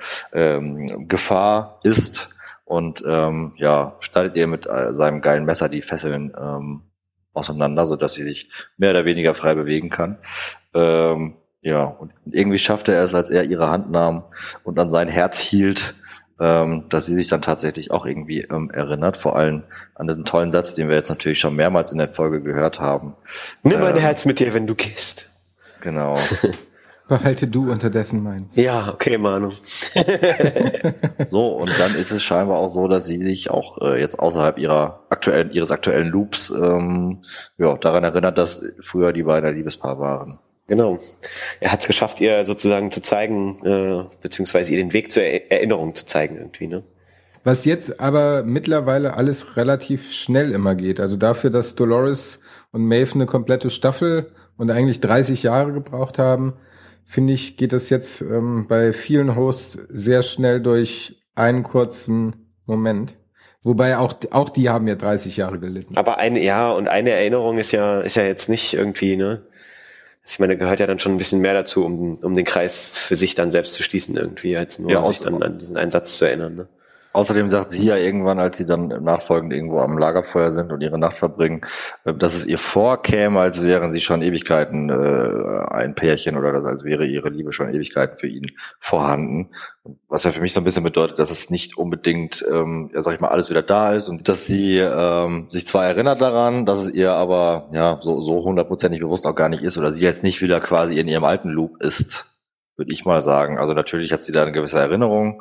Speaker 4: Gefahr ist. Und schneidet ihr mit seinem geilen Messer die Fesseln auseinander, sodass sie sich mehr oder weniger frei bewegen kann. Und irgendwie schaffte er es, als er ihre Hand nahm und an sein Herz hielt, dass sie sich dann tatsächlich auch irgendwie erinnert, vor allem an diesen tollen Satz, den wir jetzt natürlich schon mehrmals in der Folge gehört haben.
Speaker 3: Nimm mein Herz mit dir, wenn du gehst.
Speaker 4: Genau.
Speaker 2: Behalte du unterdessen meins.
Speaker 3: Ja, okay, Manu.
Speaker 4: So, und dann ist es scheinbar auch so, dass sie sich auch jetzt außerhalb ihres aktuellen Loops daran erinnert, dass früher die beiden ein Liebespaar waren.
Speaker 3: Genau. Er hat es geschafft, ihr sozusagen zu zeigen, beziehungsweise ihr den Weg zur Erinnerung zu zeigen irgendwie, ne?
Speaker 2: Was jetzt aber mittlerweile alles relativ schnell immer geht. Also dafür, dass Dolores und Maeve eine komplette Staffel und eigentlich 30 Jahre gebraucht haben, finde ich, geht das jetzt bei vielen Hosts sehr schnell durch einen kurzen Moment. Wobei auch die haben ja 30 Jahre gelitten.
Speaker 3: Aber eine Erinnerung ist ja jetzt nicht irgendwie, ne? Ich meine, da gehört ja dann schon ein bisschen mehr dazu, um den Kreis für sich dann selbst zu schließen irgendwie, als nur sich dann an diesen einen Satz zu erinnern, ne?
Speaker 4: Außerdem sagt sie ja irgendwann, als sie dann nachfolgend irgendwo am Lagerfeuer sind und ihre Nacht verbringen, dass es ihr vorkäme, als wären sie schon Ewigkeiten ein Pärchen oder als wäre ihre Liebe schon Ewigkeiten für ihn vorhanden. Was ja für mich so ein bisschen bedeutet, dass es nicht unbedingt, alles wieder da ist und dass sie sich zwar erinnert daran, dass es ihr aber so hundertprozentig bewusst auch gar nicht ist oder sie jetzt nicht wieder quasi in ihrem alten Loop ist, würde ich mal sagen. Also natürlich hat sie da eine gewisse Erinnerung.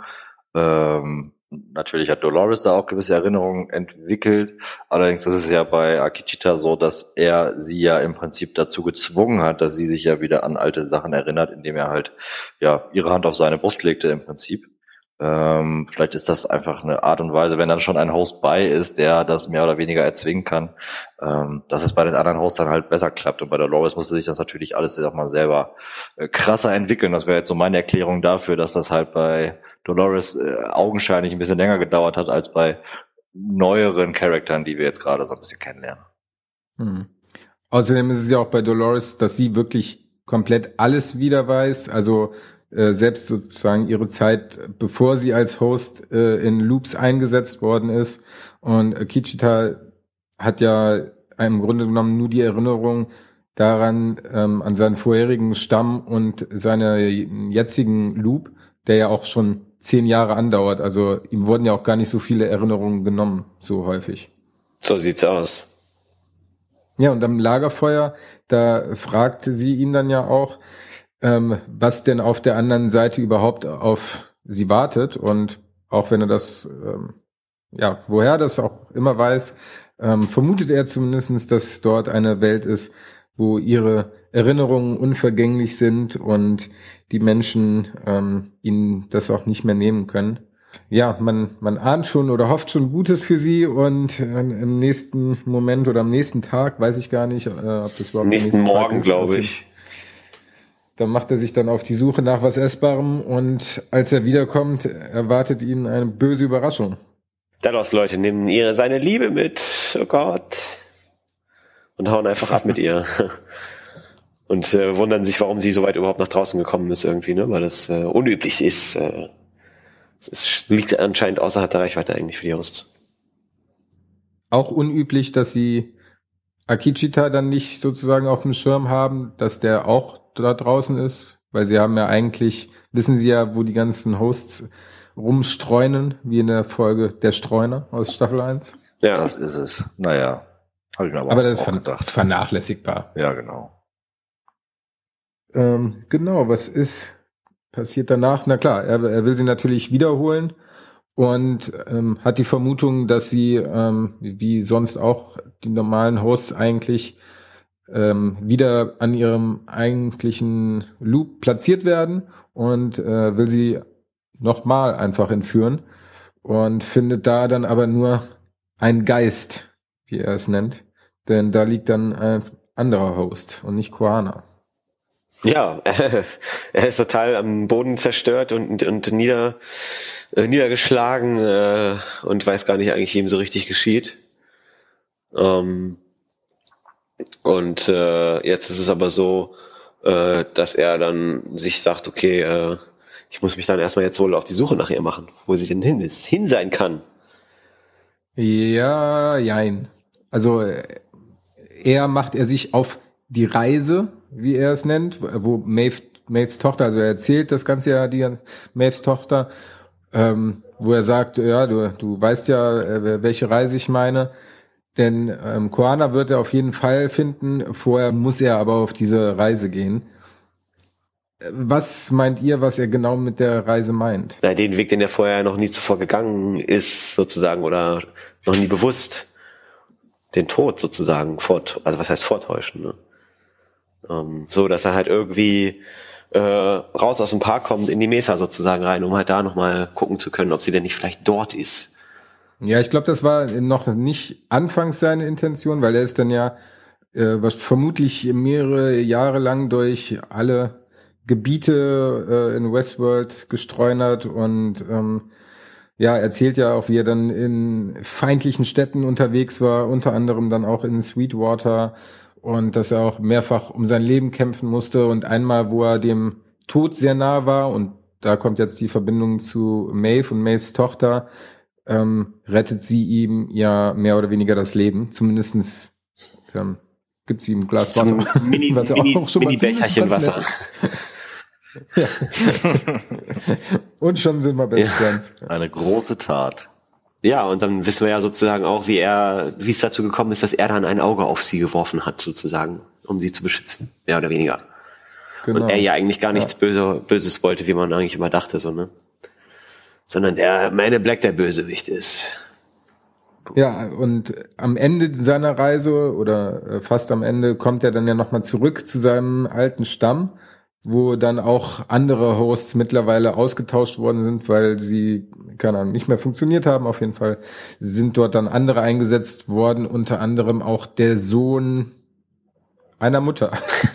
Speaker 4: Natürlich hat Dolores da auch gewisse Erinnerungen entwickelt. Allerdings ist es ja bei Akichita so, dass er sie ja im Prinzip dazu gezwungen hat, dass sie sich ja wieder an alte Sachen erinnert, indem er halt ihre Hand auf seine Brust legte im Prinzip. Vielleicht ist das einfach eine Art und Weise, wenn dann schon ein Host bei ist, der das mehr oder weniger erzwingen kann, dass es bei den anderen Hosts dann halt besser klappt. Und bei Dolores musste sich das natürlich alles auch mal selber krasser entwickeln. Das wäre jetzt so meine Erklärung dafür, dass das halt bei Dolores augenscheinlich ein bisschen länger gedauert hat als bei neueren Charakteren, die wir jetzt gerade so ein bisschen kennenlernen.
Speaker 2: Außerdem ist es ja auch bei Dolores, dass sie wirklich komplett alles wieder weiß, also selbst sozusagen ihre Zeit, bevor sie als Host in Loops eingesetzt worden ist. Und Akichita hat ja im Grunde genommen nur die Erinnerung daran, an seinen vorherigen Stamm und seinen jetzigen Loop, der ja auch schon 10 Jahre andauert. Also ihm wurden ja auch gar nicht so viele Erinnerungen genommen, so häufig.
Speaker 3: So sieht's aus.
Speaker 2: Ja, und am Lagerfeuer, da fragte sie ihn dann ja auch, was denn auf der anderen Seite überhaupt auf sie wartet. Und auch wenn er das, woher das auch immer weiß, vermutet er zumindest, dass dort eine Welt ist, wo ihre Erinnerungen unvergänglich sind und die Menschen ihnen das auch nicht mehr nehmen können. Ja, man ahnt schon oder hofft schon Gutes für sie und im nächsten Moment oder am nächsten Tag, weiß ich gar nicht, ob das überhaupt
Speaker 3: nächsten Morgen, glaube ich.
Speaker 2: Da macht er sich dann auf die Suche nach was Essbarem und als er wiederkommt, erwartet ihn eine böse Überraschung.
Speaker 3: Dalos Leute nehmen seine Liebe mit, oh Gott, und hauen einfach ab mit ihr. Und wundern sich, warum sie so weit überhaupt nach draußen gekommen ist irgendwie, ne? Weil das unüblich ist. Es liegt anscheinend außerhalb der Reichweite eigentlich für die Hosts.
Speaker 2: Auch unüblich, dass sie Akichita dann nicht sozusagen auf dem Schirm haben, dass der auch da draußen ist, weil sie haben ja eigentlich, wissen sie ja, wo die ganzen Hosts rumstreunen, wie in der Folge Der Streuner aus Staffel 1.
Speaker 4: Ja, das ist es. Naja, habe ich mir
Speaker 2: aber das ist
Speaker 4: gedacht.
Speaker 2: Vernachlässigbar.
Speaker 4: Ja, genau.
Speaker 2: Genau, was ist passiert danach? Na klar, er will sie natürlich wiederholen und hat die Vermutung, dass sie, wie sonst auch die normalen Hosts eigentlich, wieder an ihrem eigentlichen Loop platziert werden und will sie nochmal einfach entführen und findet da dann aber nur einen Geist, wie er es nennt. Denn da liegt dann anderer Host und nicht Koana.
Speaker 3: Ja, er ist total am Boden zerstört und niedergeschlagen und weiß gar nicht eigentlich, wie ihm so richtig geschieht. Und jetzt ist es aber so, dass er dann sich sagt, okay, ich muss mich dann erstmal jetzt wohl auf die Suche nach ihr machen, wo sie denn hin sein kann.
Speaker 2: Ja, jein. Also eher macht er sich auf die Reise, wie er es nennt, wo Maves Tochter, also er erzählt das Ganze ja, Maves Tochter, wo er sagt, ja, du weißt ja, welche Reise ich meine. Denn Koana wird er auf jeden Fall finden, vorher muss er aber auf diese Reise gehen. Was meint ihr, was er genau mit der Reise meint?
Speaker 3: Na, den Weg, den er vorher noch nie zuvor gegangen ist, sozusagen, oder noch nie bewusst den Tod sozusagen also was heißt vortäuschen, ne? So, dass er halt irgendwie raus aus dem Park kommt, in die Mesa sozusagen rein, um halt da nochmal gucken zu können, ob sie denn nicht vielleicht dort ist. Ja,
Speaker 2: ich glaube, das war noch nicht anfangs seine Intention, weil er ist dann ja was vermutlich mehrere Jahre lang durch alle Gebiete in Westworld gestreunert und erzählt ja auch, wie er dann in feindlichen Städten unterwegs war, unter anderem dann auch in Sweetwater, und dass er auch mehrfach um sein Leben kämpfen musste und einmal, wo er dem Tod sehr nah war, und da kommt jetzt die Verbindung zu Maeve und Maves Tochter, rettet sie ihm ja mehr oder weniger das Leben. Zumindestens gibt sie ihm ein Glas Wasser.
Speaker 3: Mini-Becherchen Wasser.
Speaker 2: Ja. Und schon sind wir Best Friends.
Speaker 4: Eine große Tat.
Speaker 3: Ja, und dann wissen wir ja sozusagen auch, wie es dazu gekommen ist, dass er dann ein Auge auf sie geworfen hat, sozusagen, um sie zu beschützen, mehr oder weniger. Genau. Und er ja eigentlich gar nichts Böses wollte, wie man eigentlich immer dachte, so, ne? Sondern der Man in Black der Bösewicht ist.
Speaker 2: Ja, und am Ende seiner Reise oder fast am Ende kommt er dann ja nochmal zurück zu seinem alten Stamm, wo dann auch andere Hosts mittlerweile ausgetauscht worden sind, weil sie, keine Ahnung, nicht mehr funktioniert haben. Auf jeden Fall sind dort dann andere eingesetzt worden, unter anderem auch der Sohn einer Mutter.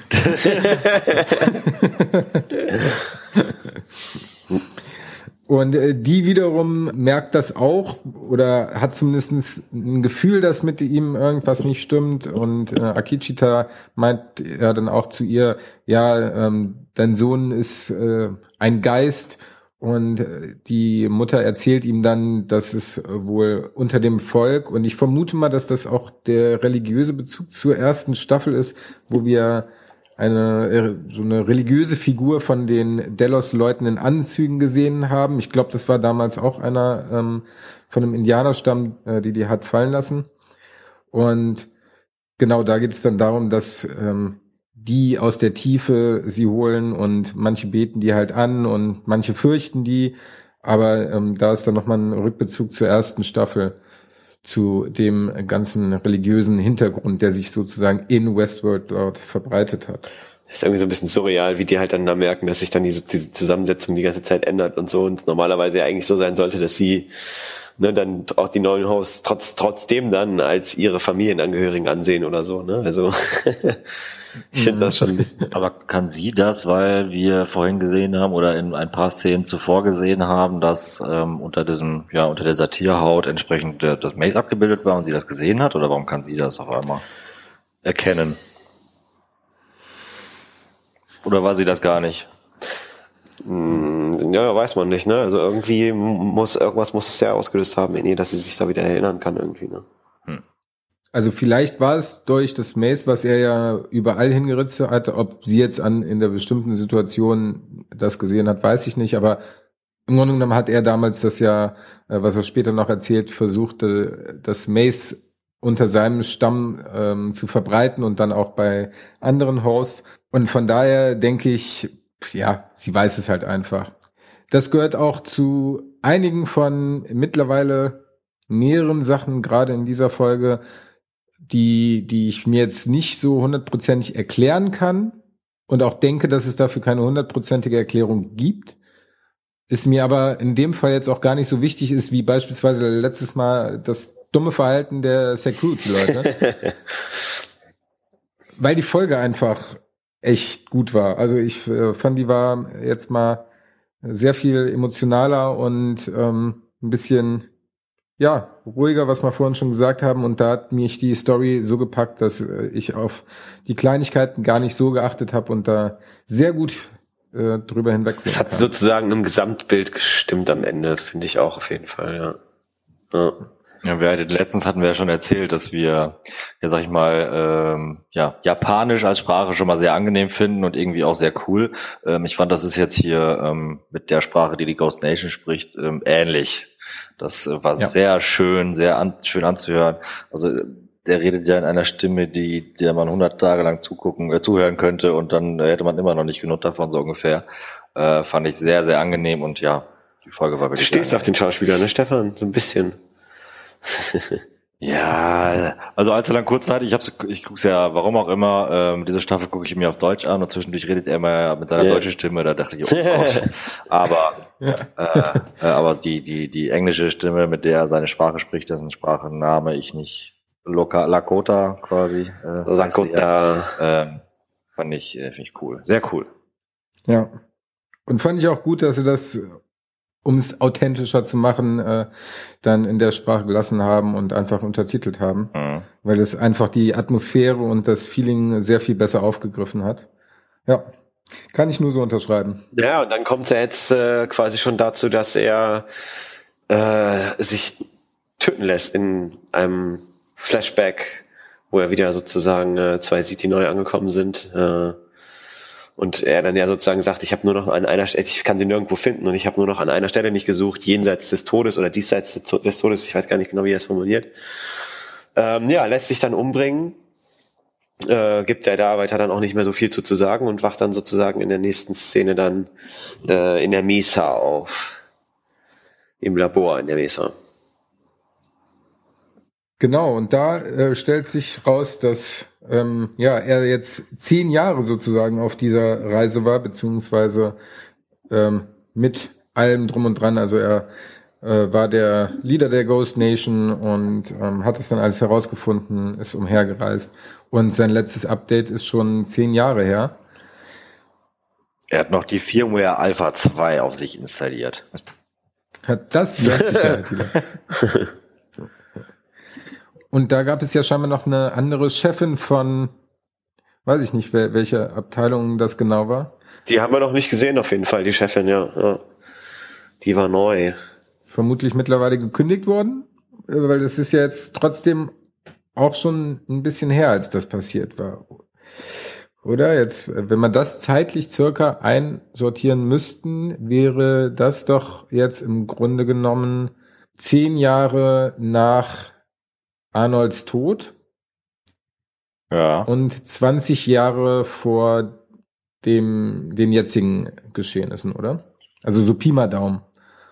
Speaker 2: Und die wiederum merkt das auch oder hat zumindest ein Gefühl, dass mit ihm irgendwas nicht stimmt. Und Akichita meint ja dann auch zu ihr, ja, dein Sohn ist ein Geist. Und die Mutter erzählt ihm dann, dass es wohl unter dem Volk, und ich vermute mal, dass das auch der religiöse Bezug zur ersten Staffel ist, wo wir so eine religiöse Figur von den Delos-Leuten in Anzügen gesehen haben. Ich glaube, das war damals auch einer von einem Indianerstamm, die hat fallen lassen. Und genau, da geht es dann darum, dass die aus der Tiefe sie holen, und manche beten die halt an und manche fürchten die. Aber da ist dann nochmal ein Rückbezug zur ersten Staffel, zu dem ganzen religiösen Hintergrund, der sich sozusagen in Westworld dort verbreitet hat.
Speaker 3: Das ist irgendwie so ein bisschen surreal, wie die halt dann da merken, dass sich dann diese Zusammensetzung die ganze Zeit ändert und so, und normalerweise ja eigentlich so sein sollte, dass sie dann auch die neuen Hosts trotzdem dann als ihre Familienangehörigen ansehen oder so, ne? Also ich finde das schon ein bisschen.
Speaker 4: Aber kann sie das, weil wir vorhin gesehen haben oder in ein paar Szenen zuvor gesehen haben, dass unter der Satirhaut entsprechend das Mace abgebildet war und sie das gesehen hat, oder warum kann sie das auf einmal erkennen? Oder war sie das gar nicht?
Speaker 3: Ja, weiß man nicht, ne? Also irgendwie muss es ja ausgelöst haben in ihr, dass sie sich da wieder erinnern kann irgendwie, ne?
Speaker 2: Also vielleicht war es durch das Mace, was er ja überall hingeritzt hatte. Ob sie jetzt in der bestimmten Situation das gesehen hat, weiß ich nicht. Aber im Grunde genommen hat er damals das ja, was er später noch erzählt, versucht, das Mace unter seinem Stamm zu verbreiten und dann auch bei anderen Hosts. Und von daher denke ich, ja, sie weiß es halt einfach. Das gehört auch zu einigen von mittlerweile mehreren Sachen, gerade in dieser Folge, die ich mir jetzt nicht so 100% erklären kann und auch denke, dass es dafür keine 100%ige Erklärung gibt. Ist mir aber in dem Fall jetzt auch gar nicht so wichtig ist, wie beispielsweise letztes Mal das dumme Verhalten der Security-Leute. weil die Folge einfach echt gut war. Also ich fand, die war jetzt mal sehr viel emotionaler und ein bisschen ruhiger, was wir vorhin schon gesagt haben. Und da hat mich die Story so gepackt, dass ich auf die Kleinigkeiten gar nicht so geachtet habe und da sehr gut drüber hinwegsehen kann.
Speaker 3: Es hat sozusagen im Gesamtbild gestimmt am Ende, finde ich auch auf jeden Fall, ja.
Speaker 4: Letztens hatten wir ja schon erzählt, dass wir, sag ich mal, Japanisch als Sprache schon mal sehr angenehm finden und irgendwie auch sehr cool. Ich fand, das ist jetzt hier mit der Sprache, die Ghost Nation spricht, ähnlich. Das war sehr schön, schön anzuhören. Also der redet ja in einer Stimme, der man 100 Tage lang zuhören könnte und dann hätte man immer noch nicht genug davon, so ungefähr. Fand ich sehr, sehr angenehm und ja, die Folge war wirklich.
Speaker 3: Du stehst auf den Schauspieler, ne, Stefan? So ein bisschen.
Speaker 4: Ja, also allzu lang kurzzeitig, ich guck's ja, warum auch immer, diese Staffel gucke ich mir auf Deutsch an und zwischendurch redet er immer mit seiner deutschen Stimme, da dachte ich, oh Gott. Aber die englische Stimme, mit der er seine Sprache spricht, das ist eine Sprachenname, ich nicht. Lakota quasi.
Speaker 3: Lakota.
Speaker 4: Finde ich cool. Sehr cool.
Speaker 2: Ja. Und fand ich auch gut, dass sie das, um es authentischer zu machen, dann in der Sprache gelassen haben und einfach untertitelt haben. Mhm. Weil es einfach die Atmosphäre und das Feeling sehr viel besser aufgegriffen hat. Ja. Kann ich nur so unterschreiben.
Speaker 3: Ja, und dann kommt es ja jetzt quasi schon dazu, dass er sich töten lässt in einem Flashback, wo er wieder sozusagen 2 City neu angekommen sind. Und er dann ja sozusagen sagt, ich habe nur noch an einer Stelle, ich kann sie nirgendwo finden und ich habe nur noch an einer Stelle nicht gesucht, jenseits des Todes oder diesseits des Todes, ich weiß gar nicht genau, wie er es formuliert. Lässt sich dann umbringen, gibt er da weiter dann auch nicht mehr so viel zu sagen und wacht dann sozusagen in der nächsten Szene dann in der Mesa auf. Im Labor in der Mesa.
Speaker 2: Genau, und da stellt sich raus, dass er jetzt 10 Jahre sozusagen auf dieser Reise war, beziehungsweise mit allem drum und dran. Also er war der Leader der Ghost Nation und hat das dann alles herausgefunden, ist umhergereist. Und sein letztes Update ist schon 10 Jahre her.
Speaker 4: Er hat noch die Firmware Alpha 2 auf sich installiert.
Speaker 2: Das merkt sich der ITler. Und da gab es ja scheinbar noch eine andere Chefin von, weiß ich nicht, welche Abteilung das genau war.
Speaker 3: Die haben wir noch nicht gesehen auf jeden Fall, die Chefin, ja. Die war neu.
Speaker 2: Vermutlich mittlerweile gekündigt worden, weil das ist ja jetzt trotzdem auch schon ein bisschen her, als das passiert war. Oder jetzt, wenn man das zeitlich circa einsortieren müssten, wäre das doch jetzt im Grunde genommen 10 Jahre nach Arnolds Tod.
Speaker 4: Ja.
Speaker 2: Und 20 Jahre vor den jetzigen Geschehnissen, oder? Also so Pi mal Daumen.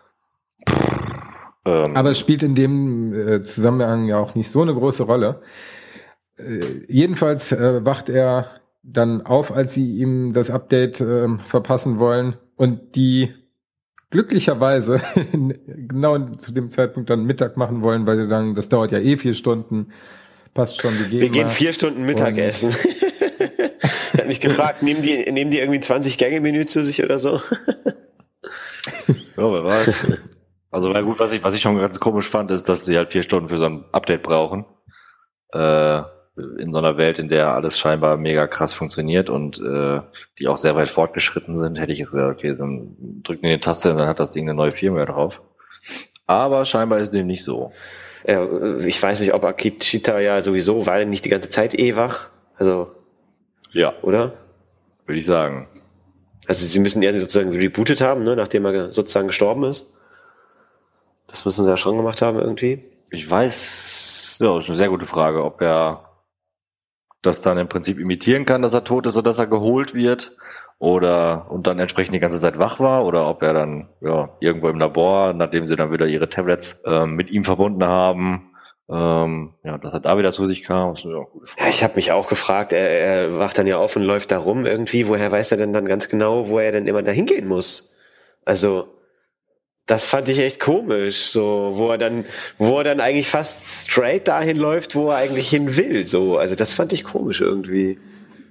Speaker 2: Aber es spielt in dem Zusammenhang ja auch nicht so eine große Rolle. Jedenfalls wacht er dann auf, als sie ihm das Update verpassen wollen und die glücklicherweise genau zu dem Zeitpunkt dann Mittag machen wollen, weil sie sagen, das dauert ja 4 Stunden, passt schon.
Speaker 3: Wir gehen 4 Stunden Mittagessen. Er hat mich gefragt, nehmen die irgendwie 20-Gänge-Menü zu sich oder so?
Speaker 4: Ja, wer weiß. Also na gut, was ich schon ganz komisch fand, ist, dass sie halt 4 Stunden für so ein Update brauchen. In so einer Welt, in der alles scheinbar mega krass funktioniert und die auch sehr weit fortgeschritten sind, hätte ich jetzt gesagt, okay, dann drückt ihr die Taste und dann hat das Ding eine neue Firmware drauf. Aber scheinbar ist dem nicht so.
Speaker 3: Ich weiß nicht, ob Akishita ja sowieso, war er nicht die ganze Zeit wach? Also,
Speaker 4: ja.
Speaker 3: Oder?
Speaker 4: Würde ich sagen.
Speaker 3: Also sie müssen ja sozusagen rebootet haben, ne, nachdem er sozusagen gestorben ist. Das müssen sie ja schon gemacht haben irgendwie.
Speaker 4: Ich weiß, ja, ist eine sehr gute Frage, ob er das dann im Prinzip imitieren kann, dass er tot ist oder dass er geholt wird und dann entsprechend die ganze Zeit wach war oder ob er dann irgendwo im Labor, nachdem sie dann wieder ihre Tablets mit ihm verbunden haben, dass er da wieder zu sich kam. Das ist eine gute Frage.
Speaker 3: Ja, ich habe mich auch gefragt, er wacht dann ja auf und läuft da rum irgendwie, woher weiß er denn dann ganz genau, wo er denn immer da hingehen muss? Also das fand ich echt komisch, so, wo er dann eigentlich fast straight dahin läuft, wo er eigentlich hin will, so. Also das fand ich komisch irgendwie.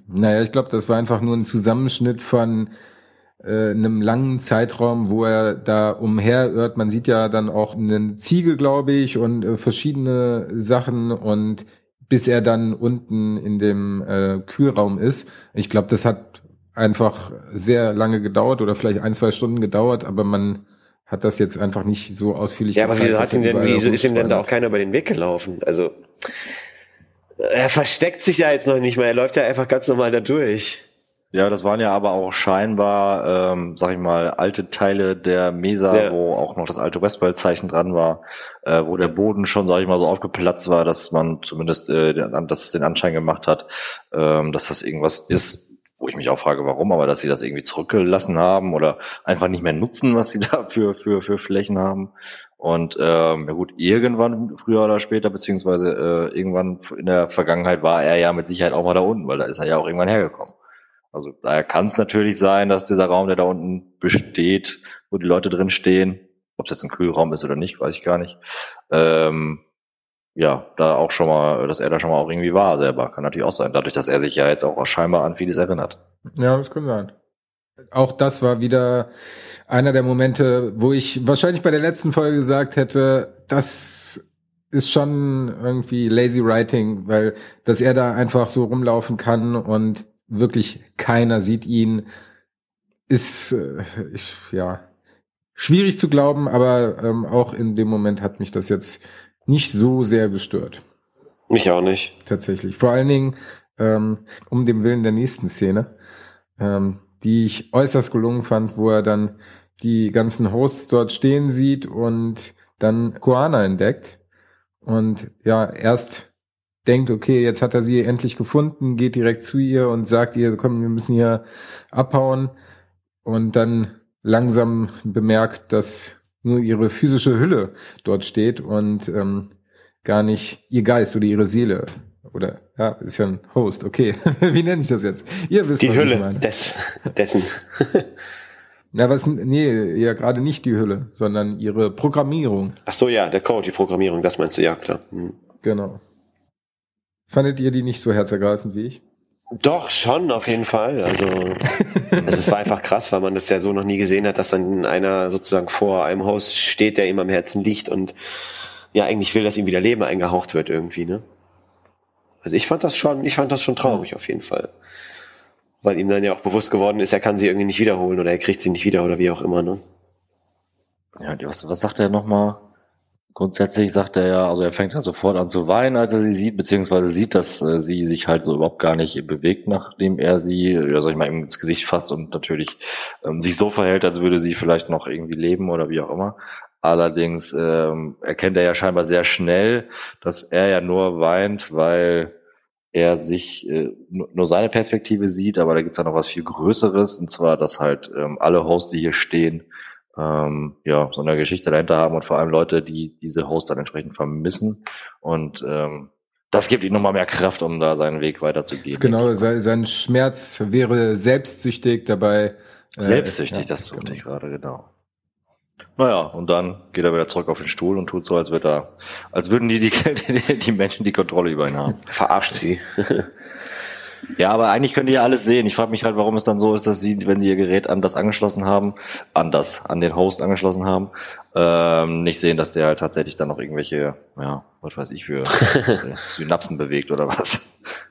Speaker 2: Naja, ich glaube, das war einfach nur ein Zusammenschnitt von einem langen Zeitraum, wo er da umherirrt. Man sieht ja dann auch eine Ziege, glaube ich, und verschiedene Sachen und bis er dann unten in dem Kühlraum ist. Ich glaube, das hat einfach sehr lange gedauert oder vielleicht 1-2 Stunden gedauert, aber man hat das jetzt einfach nicht so ausführlich
Speaker 3: gezeigt. Ja, aber wieso ist ihm denn da auch
Speaker 2: hat.
Speaker 3: keiner über den Weg gelaufen? Also, er versteckt sich ja jetzt noch nicht mal, er läuft ja einfach ganz normal da durch.
Speaker 4: Ja, das waren ja aber auch scheinbar, sag ich mal, alte Teile der Mesa, wo auch noch das alte Westworld-Zeichen dran war, wo der Boden schon, sag ich mal, so aufgeplatzt war, dass man zumindest dass es den Anschein gemacht hat, dass das irgendwas ist, wo ich mich auch frage, warum, aber dass sie das irgendwie zurückgelassen haben oder einfach nicht mehr nutzen, was sie da für Flächen haben. Und ja gut, irgendwann früher oder später, beziehungsweise irgendwann in der Vergangenheit war er ja mit Sicherheit auch mal da unten, weil da ist er ja auch irgendwann hergekommen. Also daher kann es natürlich sein, dass dieser Raum, der da unten besteht, wo die Leute drin stehen, ob es jetzt ein Kühlraum ist oder nicht, weiß ich gar nicht, ja, da auch schon mal, dass er da schon mal auch irgendwie war selber. Kann natürlich auch sein, dadurch, dass er sich ja jetzt auch scheinbar an vieles erinnert.
Speaker 2: Ja, das kann sein. Auch das war wieder einer der Momente, wo ich wahrscheinlich bei der letzten Folge gesagt hätte, das ist schon irgendwie lazy writing, weil dass er da einfach so rumlaufen kann und wirklich keiner sieht ihn, ist schwierig zu glauben, aber auch in dem Moment hat mich das jetzt nicht so sehr gestört.
Speaker 3: Mich auch nicht.
Speaker 2: Tatsächlich. Vor allen Dingen um dem Willen der nächsten Szene, die ich äußerst gelungen fand, wo er dann die ganzen Hosts dort stehen sieht und dann Koana entdeckt und ja, erst denkt, okay, jetzt hat er sie endlich gefunden, geht direkt zu ihr und sagt ihr, komm, wir müssen hier abhauen und dann langsam bemerkt, dass nur ihre physische Hülle dort steht und gar nicht ihr Geist oder ihre Seele oder, ja, ist ja ein Host, okay, wie nenne ich das jetzt? Ihr wisst,
Speaker 3: die
Speaker 2: was
Speaker 3: Hülle
Speaker 2: ich meine.
Speaker 3: dessen.
Speaker 2: Ja, ja, gerade nicht die Hülle, sondern ihre Programmierung.
Speaker 3: Ach so, ja, der Code, die Programmierung, das meinst du, ja, klar.
Speaker 2: Genau. Fandet ihr die nicht so herzergreifend wie ich?
Speaker 3: Doch, schon, auf jeden Fall. Also, es war einfach krass, weil man das ja so noch nie gesehen hat, dass dann einer sozusagen vor einem Host steht, der ihm am Herzen liegt und ja eigentlich will, dass ihm wieder Leben eingehaucht wird irgendwie, ne? Also ich fand das schon traurig auf jeden Fall. Weil ihm dann ja auch bewusst geworden ist, er kann sie irgendwie nicht wiederholen oder er kriegt sie nicht wieder oder wie auch immer, ne?
Speaker 4: Ja, was sagt er nochmal? Grundsätzlich sagt er ja, also er fängt ja sofort an zu weinen, als er sie sieht, beziehungsweise sieht, dass sie sich halt so überhaupt gar nicht bewegt, nachdem er sie, ja, sag ich mal, ins Gesicht fasst und natürlich sich so verhält, als würde sie vielleicht noch irgendwie leben oder wie auch immer. Allerdings erkennt er ja scheinbar sehr schnell, dass er ja nur weint, weil er sich nur seine Perspektive sieht, aber da gibt's ja noch was viel Größeres, und zwar, dass halt alle Hosts, die hier stehen, ja, so eine Geschichte dahinter haben und vor allem Leute, die diese Hosts dann entsprechend vermissen, und das gibt ihm nochmal mehr Kraft, um da seinen Weg weiterzugehen.
Speaker 2: Genau, sein Schmerz wäre selbstsüchtig dabei.
Speaker 4: Selbstsüchtig, ja, das suchte ich gerade, genau. Naja, und dann geht er wieder zurück auf den Stuhl und tut so, als würden die Menschen die Kontrolle über ihn haben.
Speaker 3: Verarscht sie.
Speaker 4: Ja, aber eigentlich könnt ihr ja alles sehen. Ich frage mich halt, warum es dann so ist, dass sie, wenn sie ihr Gerät an den Host angeschlossen haben, nicht sehen, dass der halt tatsächlich dann noch irgendwelche, ja, was weiß ich, für Synapsen bewegt oder was.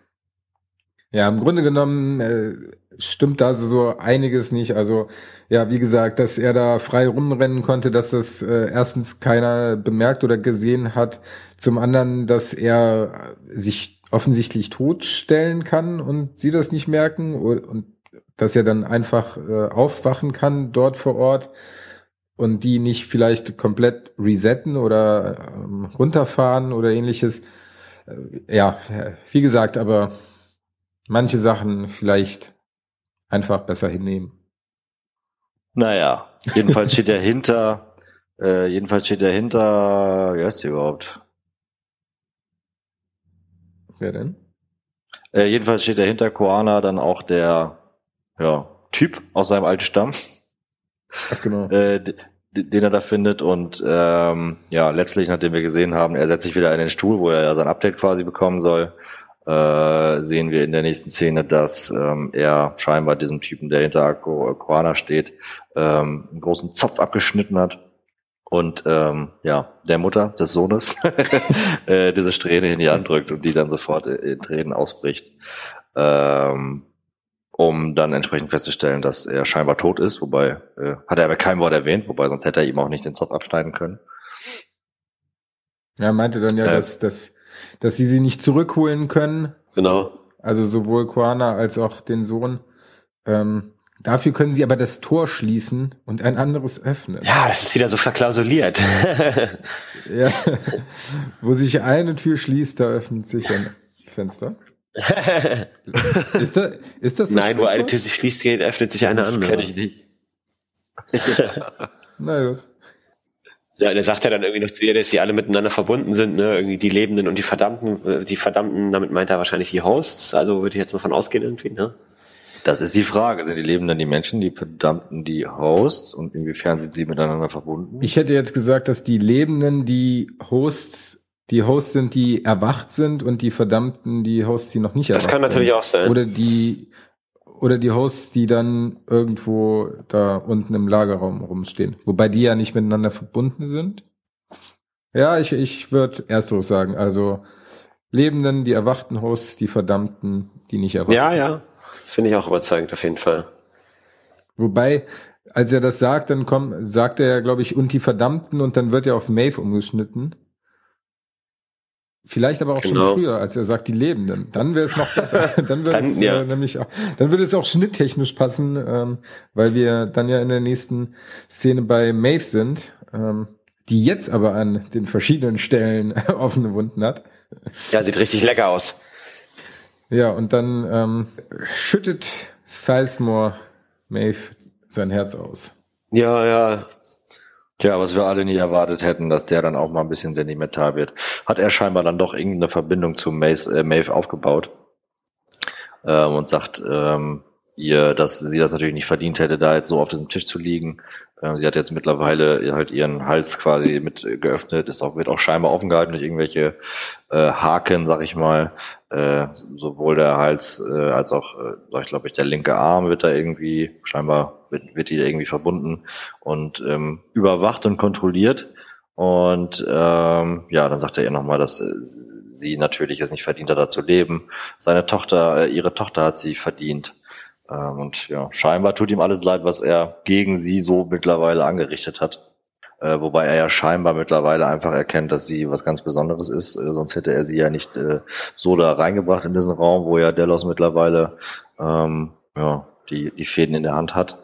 Speaker 2: Ja, im Grunde genommen stimmt da so einiges nicht. Also ja, wie gesagt, dass er da frei rumrennen konnte, dass das erstens keiner bemerkt oder gesehen hat. Zum anderen, dass er sich offensichtlich totstellen kann und sie das nicht merken und dass er dann einfach aufwachen kann dort vor Ort und die nicht vielleicht komplett resetten oder runterfahren oder ähnliches. Ja, wie gesagt, aber manche Sachen vielleicht einfach besser hinnehmen.
Speaker 4: Naja, jedenfalls steht er hinter, wie heißt der überhaupt?
Speaker 2: Wer denn?
Speaker 4: Jedenfalls steht dahinter Koana dann auch der Typ aus seinem alten Stamm.
Speaker 2: Ach, genau.
Speaker 4: Den er da findet, und letztlich, nachdem wir gesehen haben, er setzt sich wieder in den Stuhl, wo er ja sein Update quasi bekommen soll, sehen wir in der nächsten Szene, dass er scheinbar diesem Typen, der hinter Koana steht, einen großen Zopf abgeschnitten hat und der Mutter des Sohnes diese Strähne in die Hand drückt und die dann sofort in Tränen ausbricht, um dann entsprechend festzustellen, dass er scheinbar tot ist, wobei hat er aber kein Wort erwähnt, wobei sonst hätte er ihm auch nicht den Zopf abschneiden können.
Speaker 2: Ja, er meinte dann ja, dass sie nicht zurückholen können.
Speaker 3: Genau.
Speaker 2: Also sowohl Koana als auch den Sohn. Dafür können sie aber das Tor schließen und ein anderes öffnen.
Speaker 3: Ja, das ist wieder so verklausuliert.
Speaker 2: Ja. Wo sich eine Tür schließt, da öffnet sich ein Fenster. Ist das
Speaker 3: Nein, wo eine Tür sich schließt, öffnet sich eine andere.
Speaker 4: Kenn ich nicht.
Speaker 2: Na gut.
Speaker 3: Ja, der sagt ja dann irgendwie noch zu ihr, dass die alle miteinander verbunden sind, ne? Irgendwie die Lebenden und die Verdammten, damit meint er wahrscheinlich die Hosts, also würde ich jetzt mal von ausgehen irgendwie, ne?
Speaker 4: Das ist die Frage. Sind die Lebenden die Menschen, die Verdammten die Hosts und inwiefern sind sie miteinander verbunden?
Speaker 2: Ich hätte jetzt gesagt, dass die Lebenden die Hosts sind, die erwacht sind und die Verdammten die Hosts, die noch nicht erwacht sind.
Speaker 3: Das kann natürlich auch sein.
Speaker 2: Oder die Hosts, die dann irgendwo da unten im Lagerraum rumstehen. Wobei die ja nicht miteinander verbunden sind. Ja, ich würde ersteres sagen. Also Lebenden, die erwachten Hosts, die Verdammten, die nicht erwachten.
Speaker 3: Ja. Finde ich auch überzeugend auf jeden Fall.
Speaker 2: Wobei, als er das sagt, dann sagt er ja, glaube ich, und die Verdammten und dann wird er auf Maeve umgeschnitten. Vielleicht aber auch schon früher, als er sagt, die Lebenden. Dann wäre es noch besser. Dann würde es auch schnitttechnisch passen, weil wir dann ja in der nächsten Szene bei Maeve sind, die jetzt aber an den verschiedenen Stellen offene Wunden hat.
Speaker 3: Ja, sieht richtig lecker aus.
Speaker 2: Ja, und dann schüttet Sizemore Maeve sein Herz aus.
Speaker 3: Ja.
Speaker 4: Tja, was wir alle nie erwartet hätten, dass der dann auch mal ein bisschen sentimental wird. Hat er scheinbar dann doch irgendeine Verbindung zu Maeve aufgebaut und sagt ihr, dass sie das natürlich nicht verdient hätte, da jetzt so auf diesem Tisch zu liegen. Sie hat jetzt mittlerweile halt ihren Hals quasi mit geöffnet, wird auch scheinbar offen gehalten durch irgendwelche Haken, sag ich mal. Sowohl der Hals als auch, ich glaube, der linke Arm wird da irgendwie, scheinbar wird die irgendwie verbunden und überwacht und kontrolliert. Und dann sagt er ihr nochmal, dass sie natürlich es nicht verdient hat, da zu leben. Ihre Tochter hat sie verdient. Und ja, scheinbar tut ihm alles leid, was er gegen sie so mittlerweile angerichtet hat. Wobei er ja scheinbar mittlerweile einfach erkennt, dass sie was ganz Besonderes ist. Sonst hätte er sie ja nicht so da reingebracht in diesen Raum, wo ja Delos mittlerweile die Fäden in der Hand hat.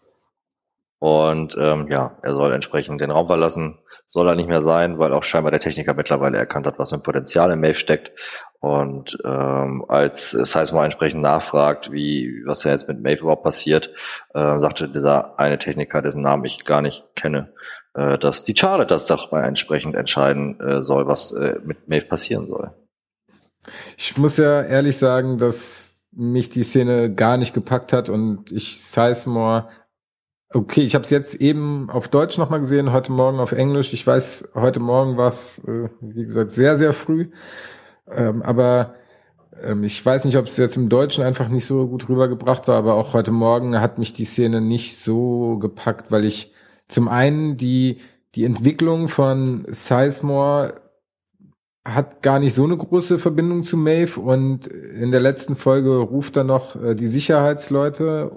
Speaker 4: Und er soll entsprechend den Raum verlassen. Soll er nicht mehr sein, weil auch scheinbar der Techniker mittlerweile erkannt hat, was für ein Potenzial in Maeve steckt. Und als Sizemore entsprechend nachfragt, was ja jetzt mit Maeve überhaupt passiert, sagte dieser eine Techniker, dessen Namen ich gar nicht kenne, dass die Charlotte das doch mal entsprechend entscheiden soll, was mit Maeve passieren soll.
Speaker 2: Ich muss ja ehrlich sagen, dass mich die Szene gar nicht gepackt hat und ich Sizemore, okay, ich habe es jetzt eben auf Deutsch nochmal gesehen, heute Morgen auf Englisch. Ich weiß, heute Morgen war es, wie gesagt, sehr, sehr früh. Aber ich weiß nicht, ob es jetzt im Deutschen einfach nicht so gut rübergebracht war, aber auch heute Morgen hat mich die Szene nicht so gepackt, weil ich zum einen die Entwicklung von Sizemore hat gar nicht so eine große Verbindung zu Maeve und in der letzten Folge ruft er noch die Sicherheitsleute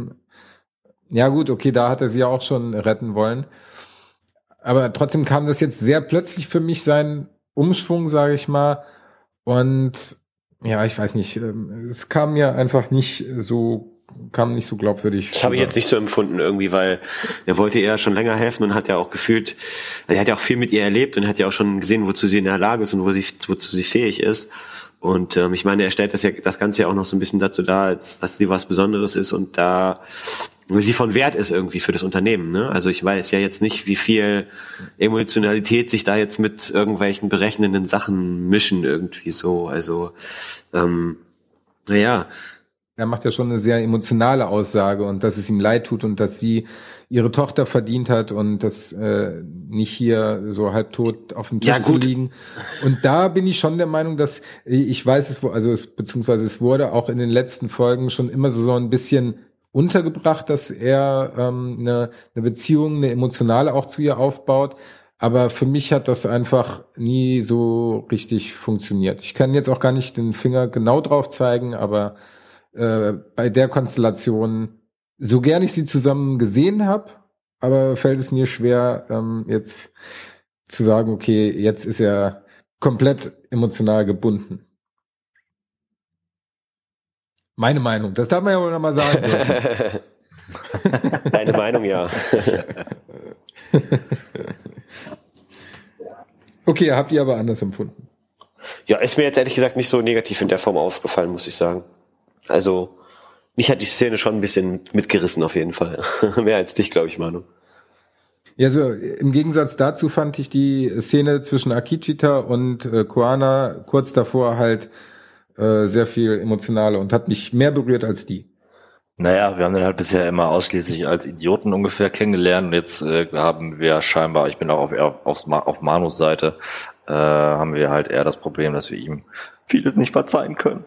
Speaker 2: ja gut, okay, da hat er sie ja auch schon retten wollen. Aber trotzdem kam das jetzt sehr plötzlich für mich, sein Umschwung, sage ich mal. Und ja, ich weiß nicht, es kam mir einfach nicht so glaubwürdig.
Speaker 3: Das habe ich jetzt nicht so empfunden irgendwie, weil er wollte ihr ja schon länger helfen und hat ja auch gefühlt, er hat ja auch viel mit ihr erlebt und hat ja auch schon gesehen, wozu sie in der Lage ist und wozu sie fähig ist. Und ich meine, er stellt das Ganze ja auch noch so ein bisschen dazu dar, dass sie was Besonderes ist und da sie von Wert ist irgendwie für das Unternehmen. Ne? Also ich weiß ja jetzt nicht, wie viel Emotionalität sich da jetzt mit irgendwelchen berechnenden Sachen mischen irgendwie so. Also
Speaker 2: er macht ja schon eine sehr emotionale Aussage und dass es ihm leid tut und dass sie ihre Tochter verdient hat und das nicht hier so halbtot auf dem Tisch zu liegen. Und da bin ich schon der Meinung, dass ich weiß beziehungsweise es wurde auch in den letzten Folgen schon immer so ein bisschen untergebracht, dass er eine Beziehung, eine emotionale auch zu ihr aufbaut. Aber für mich hat das einfach nie so richtig funktioniert. Ich kann jetzt auch gar nicht den Finger genau drauf zeigen, aber bei der Konstellation, so gern ich sie zusammen gesehen habe, aber fällt es mir schwer, jetzt zu sagen, okay, jetzt ist er komplett emotional gebunden. Meine Meinung, das darf man ja wohl noch mal sagen dürfen.
Speaker 3: Deine Meinung, ja.
Speaker 2: Okay, habt ihr aber anders empfunden?
Speaker 3: Ja, ist mir jetzt ehrlich gesagt nicht so negativ in der Form aufgefallen, muss ich sagen. Also, mich hat die Szene schon ein bisschen mitgerissen auf jeden Fall. Mehr als dich, glaube ich, Manu.
Speaker 2: Ja, so im Gegensatz dazu fand ich die Szene zwischen Akichita und Koana kurz davor halt sehr viel emotionaler und hat mich mehr berührt als die.
Speaker 4: Naja, wir haben den halt bisher immer ausschließlich als Idioten ungefähr kennengelernt und jetzt haben wir scheinbar, ich bin auch auf Manus Seite, haben wir halt eher das Problem, dass wir ihm vieles nicht verzeihen können.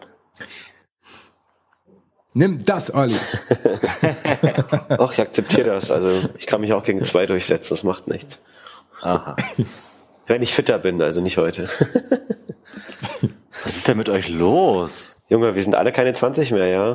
Speaker 2: Nimm das, Olli.
Speaker 3: Ach, ich akzeptiere das. Also ich kann mich auch gegen 2 durchsetzen, das macht nichts.
Speaker 4: Aha.
Speaker 3: Wenn ich fitter bin, also nicht heute.
Speaker 4: Was ist denn mit euch los?
Speaker 3: Junge, wir sind alle keine 20 mehr, ja?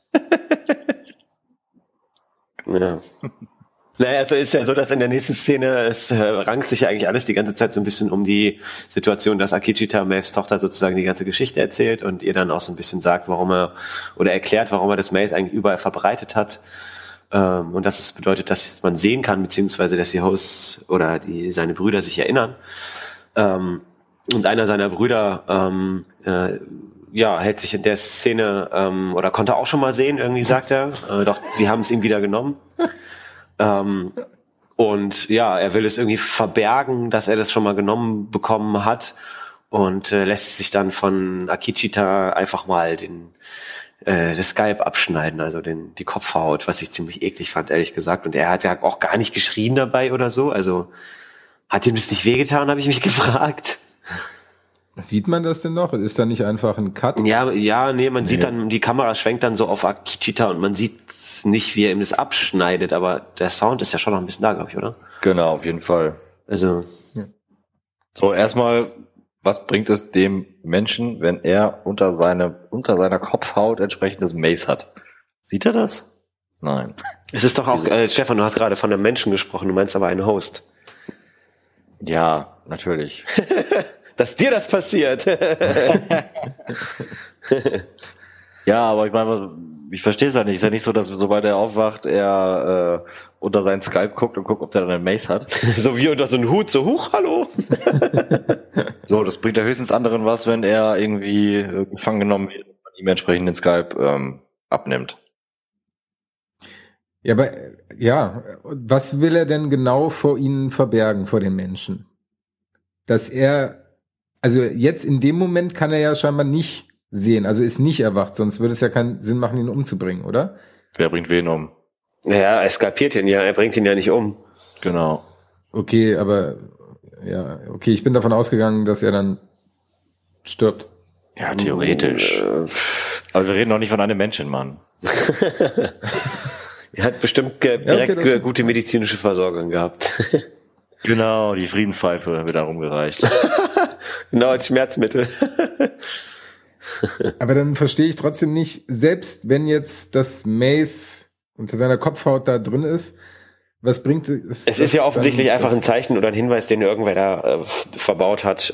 Speaker 3: Ja. Naja, also ist ja so, dass in der nächsten Szene, es rankt sich ja eigentlich alles die ganze Zeit so ein bisschen um die Situation, dass Akichita Maves Tochter sozusagen die ganze Geschichte erzählt und ihr dann auch so ein bisschen sagt, erklärt, warum er das Maze eigentlich überall verbreitet hat. Und das bedeutet, dass man sehen kann, beziehungsweise dass die Hosts oder seine Brüder sich erinnern. Und einer seiner Brüder hält sich in der Szene oder konnte auch schon mal sehen, irgendwie sagt er. Doch sie haben es ihm wieder genommen. Und ja, er will es irgendwie verbergen, dass er das schon mal genommen bekommen hat und lässt sich dann von Akichita einfach mal das Skalp abschneiden, also die Kopfhaut, was ich ziemlich eklig fand, ehrlich gesagt. Und er hat ja auch gar nicht geschrien dabei oder so. Also hat ihm das nicht wehgetan, habe ich mich gefragt.
Speaker 2: Sieht man das denn noch? Ist da nicht einfach ein Cut?
Speaker 3: Man sieht dann, die Kamera schwenkt dann so auf Akichita und man sieht nicht, wie er ihm das abschneidet, aber der Sound ist ja schon noch ein bisschen da, glaube ich, oder?
Speaker 4: Genau, auf jeden Fall.
Speaker 3: Also.
Speaker 4: Ja. So, erstmal, was bringt es dem Menschen, wenn er unter seiner Kopfhaut entsprechendes Mace hat? Sieht er das? Nein.
Speaker 3: Es ist doch auch, Stefan, du hast gerade von einem Menschen gesprochen, du meinst aber einen Host.
Speaker 4: Ja, natürlich.
Speaker 3: Dass dir das passiert.
Speaker 4: Ja, aber ich meine, ich verstehe es ja nicht. Ist ja nicht so, dass sobald er aufwacht, er unter seinen Skype guckt und guckt, ob der dann einen Mace hat.
Speaker 3: So wie unter so einem Hut, so huch, hallo.
Speaker 4: So, das bringt ja höchstens anderen was, wenn er irgendwie gefangen genommen wird und man ihm entsprechend den Skype abnimmt.
Speaker 2: Ja, aber was will er denn genau vor ihnen verbergen, vor den Menschen? Dass also jetzt in dem Moment kann er ja scheinbar nicht sehen, also ist nicht erwacht, sonst würde es ja keinen Sinn machen, ihn umzubringen, oder?
Speaker 4: Wer bringt wen um?
Speaker 3: Naja, er skalpiert ihn ja, er bringt ihn ja nicht um.
Speaker 4: Genau.
Speaker 2: Okay, ich bin davon ausgegangen, dass er dann stirbt.
Speaker 4: Ja, theoretisch. Aber wir reden noch nicht von einem Menschen, Mann.
Speaker 3: Er hat bestimmt direkt gute medizinische Versorgung gehabt.
Speaker 4: Genau, die Friedenspfeife wird da rumgereicht.
Speaker 3: Genau, als Schmerzmittel.
Speaker 2: Aber dann verstehe ich trotzdem nicht, selbst wenn jetzt das Mace unter seiner Kopfhaut da drin ist, was bringt es?
Speaker 3: Es ist ja offensichtlich einfach ein Zeichen oder ein Hinweis, den irgendwer da verbaut hat.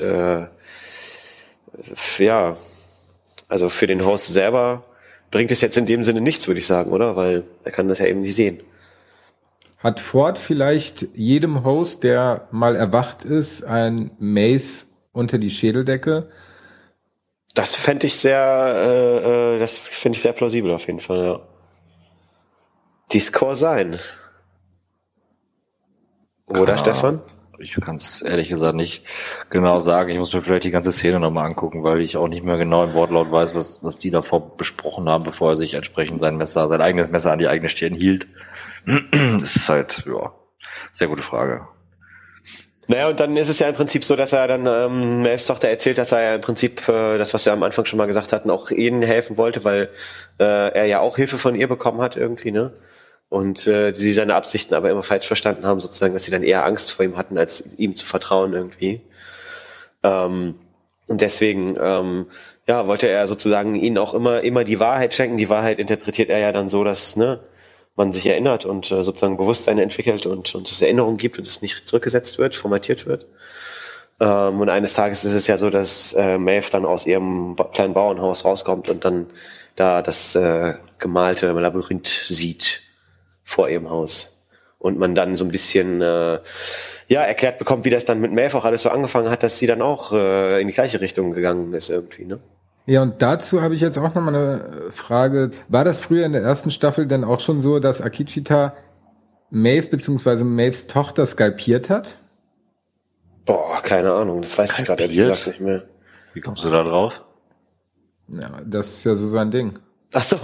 Speaker 3: Also für den Host selber bringt es jetzt in dem Sinne nichts, würde ich sagen, oder? Weil er kann das ja eben nicht sehen.
Speaker 2: Hat Ford vielleicht jedem Host, der mal erwacht ist, ein Mace unter die Schädeldecke?
Speaker 3: Das fände ich sehr plausibel auf jeden Fall, ja. Dies kann sein. Oder, Stefan?
Speaker 4: Ich kann es ehrlich gesagt nicht genau sagen. Ich muss mir vielleicht die ganze Szene nochmal angucken, weil ich auch nicht mehr genau im Wortlaut weiß, was die davor besprochen haben, bevor er sich entsprechend sein eigenes Messer an die eigene Stirn hielt. Das ist halt, ja, sehr gute Frage.
Speaker 3: Naja, und dann ist es ja im Prinzip so, dass er dann Maves Tochter erzählt, dass er ja im Prinzip das, was wir am Anfang schon mal gesagt hatten, auch ihnen helfen wollte, weil er ja auch Hilfe von ihr bekommen hat irgendwie, ne? Und sie seine Absichten aber immer falsch verstanden haben, sozusagen, dass sie dann eher Angst vor ihm hatten, als ihm zu vertrauen irgendwie. Und deswegen wollte er sozusagen ihnen auch immer die Wahrheit schenken. Die Wahrheit interpretiert er ja dann so, dass man sich erinnert und sozusagen Bewusstsein entwickelt und es Erinnerungen gibt und es nicht zurückgesetzt wird, formatiert wird. Und eines Tages ist es ja so, dass Maeve dann aus ihrem kleinen Bauernhaus rauskommt und dann da das gemalte Labyrinth sieht vor ihrem Haus. Und man dann so ein bisschen erklärt bekommt, wie das dann mit Maeve auch alles so angefangen hat, dass sie dann auch in die gleiche Richtung gegangen ist irgendwie, ne?
Speaker 2: Ja, und dazu habe ich jetzt auch nochmal eine Frage. War das früher in der ersten Staffel denn auch schon so, dass Akecheta Maeve bzw. Maeves Tochter skalpiert hat?
Speaker 3: Boah, keine Ahnung, das weiß ich gerade ehrlich gesagt nicht mehr.
Speaker 4: Wie kommst du da drauf?
Speaker 2: Ja, das ist ja so sein Ding.
Speaker 3: Ach so.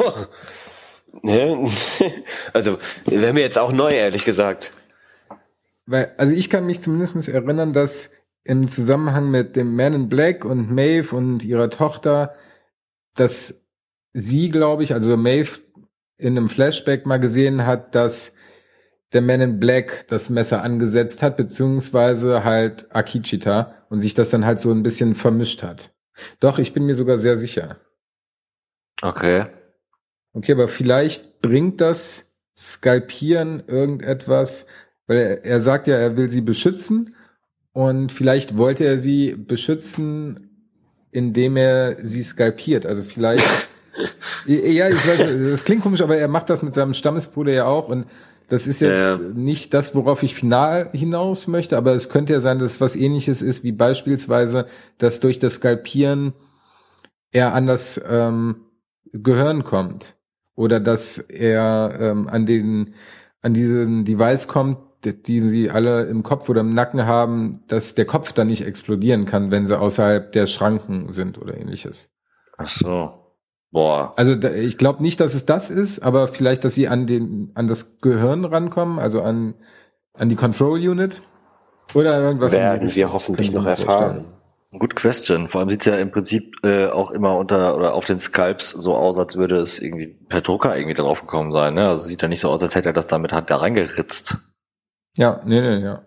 Speaker 3: Also, wäre mir jetzt auch neu, ehrlich gesagt.
Speaker 2: Also ich kann mich zumindest erinnern, dass im Zusammenhang mit dem Man in Black und Maeve und ihrer Tochter, dass sie, glaube ich, also Maeve in einem Flashback mal gesehen hat, dass der Man in Black das Messer angesetzt hat, beziehungsweise halt Akecheta und sich das dann halt so ein bisschen vermischt hat. Doch, ich bin mir sogar sehr sicher.
Speaker 4: Okay,
Speaker 2: aber vielleicht bringt das Skalpieren irgendetwas, weil er sagt ja, er will sie beschützen und vielleicht wollte er sie beschützen, indem er sie skalpiert. Also vielleicht, ja, ich weiß, das klingt komisch, aber er macht das mit seinem Stammesbruder ja auch und das ist jetzt nicht das, worauf ich final hinaus möchte, aber es könnte ja sein, dass es was Ähnliches ist, wie beispielsweise, dass durch das Skalpieren er an das Gehirn kommt. Oder dass er an diesen Device kommt, die sie alle im Kopf oder im Nacken haben, dass der Kopf dann nicht explodieren kann, wenn sie außerhalb der Schranken sind oder ähnliches.
Speaker 4: Ach so. Boah.
Speaker 2: Also ich glaube nicht, dass es das ist, aber vielleicht, dass sie an das Gehirn rankommen, also an die Control Unit oder irgendwas.
Speaker 3: Werden wir hoffentlich noch erfahren.
Speaker 4: Good question. Vor allem sieht's ja im Prinzip auch immer unter oder auf den Sculpts so aus, als würde es irgendwie per Drucker irgendwie drauf gekommen sein. Ne? Also sieht ja nicht so aus, als hätte er das damit da reingeritzt.
Speaker 2: Ja, nee, ja.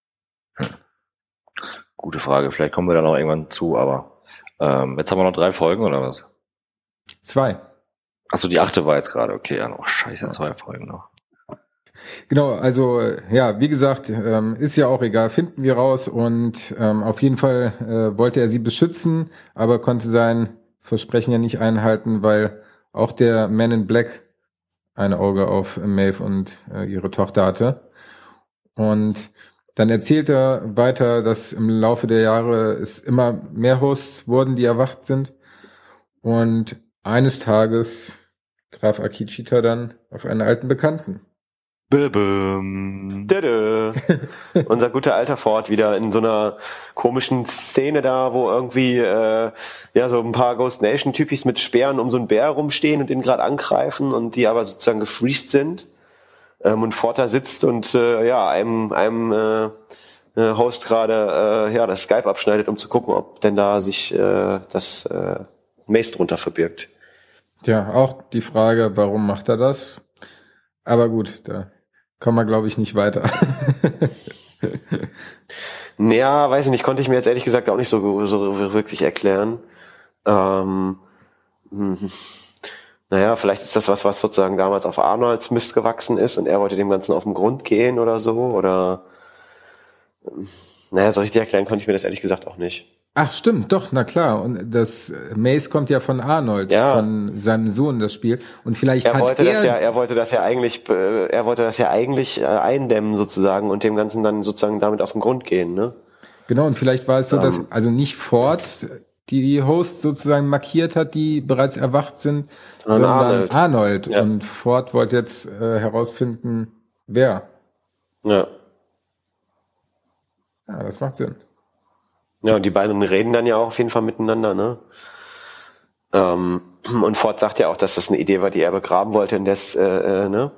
Speaker 4: Gute Frage. Vielleicht kommen wir da noch irgendwann zu, aber jetzt haben wir noch 3 Folgen oder was?
Speaker 2: 2.
Speaker 4: Achso, die 8. war jetzt gerade. Okay, ja, noch scheiße, 2 Folgen noch.
Speaker 2: Genau, also ja, wie gesagt, ist ja auch egal, finden wir raus und auf jeden Fall wollte er sie beschützen, aber konnte sein Versprechen ja nicht einhalten, weil auch der Man in Black ein Auge auf Maeve und ihre Tochter hatte. Und dann erzählt er weiter, dass im Laufe der Jahre es immer mehr Hosts wurden, die erwacht sind. Und eines Tages traf Akecheta dann auf einen alten Bekannten.
Speaker 3: Unser guter alter Ford wieder in so einer komischen Szene da, wo irgendwie so ein paar Ghost Nation Typis mit Speeren um so einen Bär rumstehen und ihn gerade angreifen und die aber sozusagen gefreezed sind und Ford da sitzt und einem Host gerade das Skype abschneidet, um zu gucken, ob denn da sich das Mace drunter verbirgt.
Speaker 2: Ja, auch die Frage, warum macht er das? Aber gut, da kommen wir, glaube ich, nicht weiter.
Speaker 3: Ja, weiß ich nicht, konnte ich mir jetzt ehrlich gesagt auch nicht so wirklich erklären. Vielleicht ist das was sozusagen damals auf Arnolds Mist gewachsen ist und er wollte dem Ganzen auf den Grund gehen oder so, oder so richtig erklären konnte ich mir das ehrlich gesagt auch nicht.
Speaker 2: Ach stimmt, doch, na klar. Und das Mace kommt ja von Arnold, von seinem Sohn, das Spiel. Und vielleicht er wollte
Speaker 3: das ja eigentlich eindämmen sozusagen und dem Ganzen dann sozusagen damit auf den Grund gehen, ne?
Speaker 2: Genau, und vielleicht war es so, dass also nicht Ford die Hosts sozusagen markiert hat, die bereits erwacht sind, sondern Arnold. Ja. Und Ford wollte jetzt herausfinden, wer.
Speaker 3: Ja.
Speaker 2: Ja, das macht Sinn.
Speaker 3: Ja, und die beiden reden dann ja auch auf jeden Fall miteinander, ne? Und Ford sagt ja auch, dass das eine Idee war, die er begraben wollte, in ne?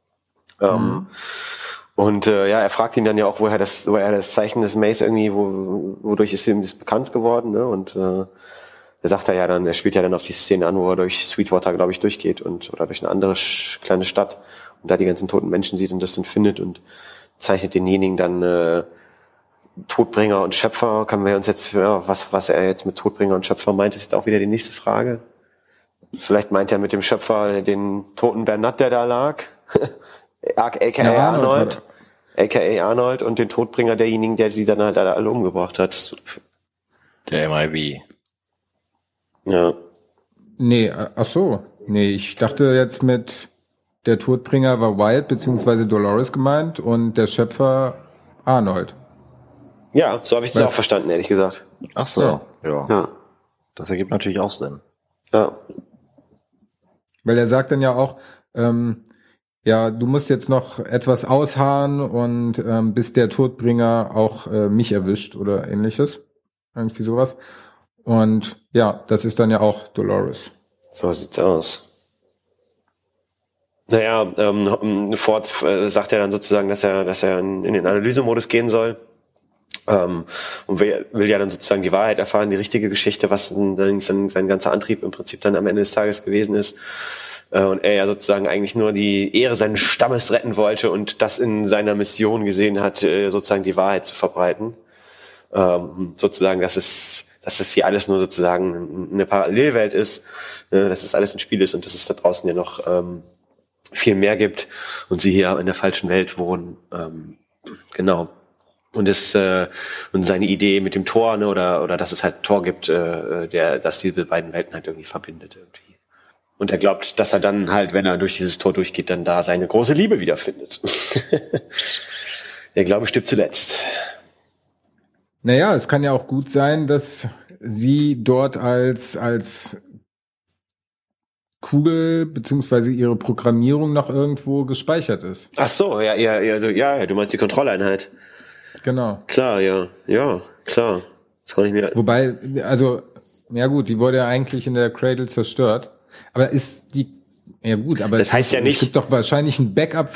Speaker 3: Und ja, er fragt ihn dann ja auch, woher das Zeichen des Mace irgendwie, wodurch ist ihm das bekannt geworden, ne? Und er sagt er spielt ja dann auf die Szene an, wo er durch Sweetwater, glaube ich, durchgeht oder durch eine andere kleine Stadt und da die ganzen toten Menschen sieht und das dann findet und zeichnet denjenigen dann Todbringer und Schöpfer. Können wir uns jetzt, was er jetzt mit Todbringer und Schöpfer meint, ist jetzt auch wieder die nächste Frage. Vielleicht meint er mit dem Schöpfer den toten Bernat, der da lag, aka Arnold. A.k.a. Arnold und den Todbringer derjenigen, der sie dann halt alle umgebracht hat.
Speaker 4: Der MIB.
Speaker 3: Ja.
Speaker 2: Nee, ach so. Nee, ich dachte jetzt mit der Todbringer war Wyatt bzw. Dolores gemeint und der Schöpfer Arnold.
Speaker 3: Ja, so habe ich es auch verstanden, ehrlich gesagt.
Speaker 4: Ach so, ja. Das ergibt natürlich auch Sinn.
Speaker 3: Ja.
Speaker 2: Weil er sagt dann ja auch, ja, du musst jetzt noch etwas ausharren und bis der Todbringer auch mich erwischt oder ähnliches. Irgendwie sowas. Und ja, das ist dann ja auch Dolores.
Speaker 3: So sieht's aus. Naja, Ford sagt ja dann sozusagen, dass er in den Analysemodus gehen soll. Und will ja dann sozusagen die Wahrheit erfahren, die richtige Geschichte, was dann sein ganzer Antrieb im Prinzip dann am Ende des Tages gewesen ist. Und er ja sozusagen eigentlich nur die Ehre seines Stammes retten wollte und das in seiner Mission gesehen hat, sozusagen die Wahrheit zu verbreiten. Sozusagen, dass es hier alles nur sozusagen eine Parallelwelt ist, dass es alles ein Spiel ist und dass es da draußen ja noch viel mehr gibt und sie hier in der falschen Welt wohnen. Genau. Und seine Idee mit dem Tor, ne, oder dass es halt ein Tor gibt, das diese beiden Welten halt irgendwie verbindet irgendwie. Und er glaubt, dass er dann halt, wenn er durch dieses Tor durchgeht, dann da seine große Liebe wiederfindet. Der Glaube stirbt zuletzt.
Speaker 2: Naja, es kann ja auch gut sein, dass sie dort als Kugel beziehungsweise ihre Programmierung noch irgendwo gespeichert ist.
Speaker 3: Ach so, ja, du meinst die Kontrolleinheit.
Speaker 2: Genau.
Speaker 3: Klar, ja, klar. Das kann ich mir.
Speaker 2: Wobei, also, ja gut, die wurde ja eigentlich in der Cradle zerstört. Aber ist die, ja gut, aber
Speaker 3: das heißt ja nicht.
Speaker 2: Es gibt doch wahrscheinlich ein Backup,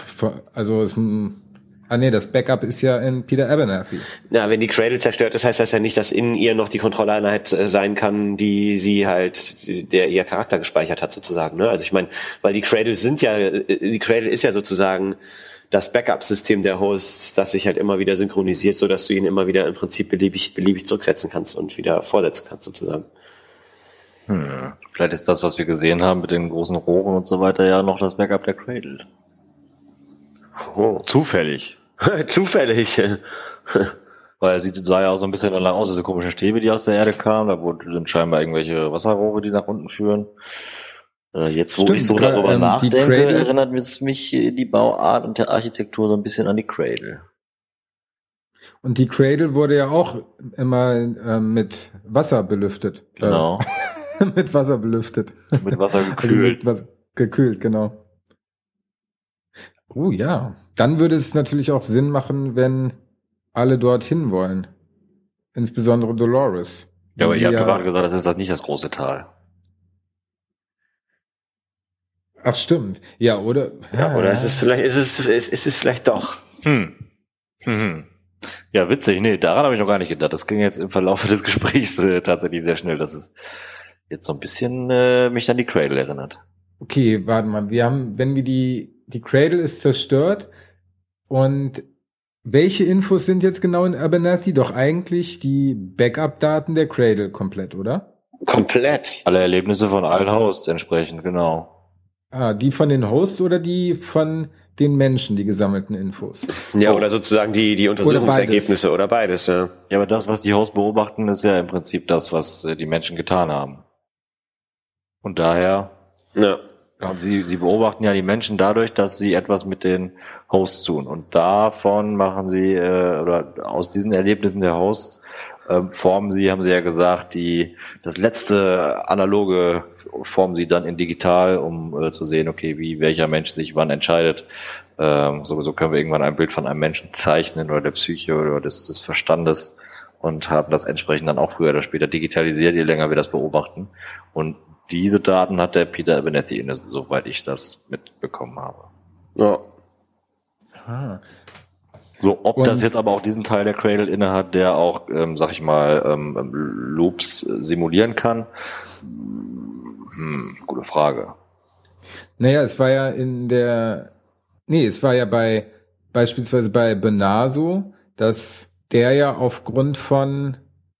Speaker 2: das Backup ist ja in Peter Abernathy.
Speaker 3: Na, wenn die Cradle zerstört ist, heißt das ja nicht, dass in ihr noch die Kontrolleinheit sein kann, die sie halt, der ihr Charakter gespeichert hat sozusagen, ne? Also ich meine, weil die Cradle ist ja sozusagen das Backup-System der Hosts, das sich halt immer wieder synchronisiert, so dass du ihn immer wieder im Prinzip beliebig zurücksetzen kannst und wieder vorsetzen kannst sozusagen.
Speaker 4: Vielleicht ist das, was wir gesehen haben mit den großen Rohren und so weiter, ja noch das Backup der Cradle.
Speaker 3: Oh.
Speaker 4: Zufällig.
Speaker 3: Zufällig.
Speaker 4: Weil sah ja auch so ein bisschen danach aus, diese komischen Stäbe, die aus der Erde kamen. Da wurden scheinbar irgendwelche Wasserrohre, die nach unten führen. Jetzt, wo ich so darüber nachdenke, erinnert mich die Bauart und der Architektur so ein bisschen an die Cradle.
Speaker 2: Und die Cradle wurde ja auch immer mit Wasser belüftet.
Speaker 4: Genau.
Speaker 2: Mit Wasser belüftet.
Speaker 4: Mit Wasser gekühlt.
Speaker 2: Also mit Wasser gekühlt, genau. Oh ja. Dann würde es natürlich auch Sinn machen, wenn alle dorthin wollen. Insbesondere Dolores.
Speaker 4: Ja, aber ihr habt gerade gesagt, das ist das nicht das große Tal.
Speaker 2: Ach stimmt. Ja, oder?
Speaker 3: Ja, oder ist es vielleicht doch.
Speaker 4: Ja, witzig. Nee, daran habe ich noch gar nicht gedacht. Das ging jetzt im Verlauf des Gesprächs tatsächlich sehr schnell, dass es jetzt so ein bisschen mich an die Cradle erinnert.
Speaker 2: Okay, warte mal. Wenn wir die Cradle ist zerstört und welche Infos sind jetzt genau in Abernathy? Doch eigentlich die Backup-Daten der Cradle komplett, oder?
Speaker 3: Komplett.
Speaker 4: Alle Erlebnisse von allen Hosts entsprechend, genau.
Speaker 2: Die von den Hosts oder die von den Menschen, die gesammelten Infos?
Speaker 3: Ja, oder sozusagen die Untersuchungsergebnisse oder beides, ja.
Speaker 4: Ja, aber das, was die Hosts beobachten, ist ja im Prinzip das, was die Menschen getan haben. Und daher,
Speaker 3: ja.
Speaker 4: Sie beobachten ja die Menschen dadurch, dass sie etwas mit den Hosts tun. Und davon machen sie, oder aus diesen Erlebnissen der Hosts, formen sie, haben sie ja gesagt, das letzte analoge formen sie dann in digital, um zu sehen, okay, welcher Mensch sich wann entscheidet. So können wir irgendwann ein Bild von einem Menschen zeichnen oder der Psyche oder des Verstandes und haben das entsprechend dann auch früher oder später digitalisiert, je länger wir das beobachten. Und diese Daten hat der Peter Abernethy inne, soweit ich das mitbekommen habe.
Speaker 3: Ja.
Speaker 2: Ah.
Speaker 4: So, ob das jetzt aber auch diesen Teil der Cradle inne hat, der auch, sag ich mal, Loops simulieren kann, gute Frage.
Speaker 2: Naja, es war ja beispielsweise bei Bernard so, dass der ja aufgrund von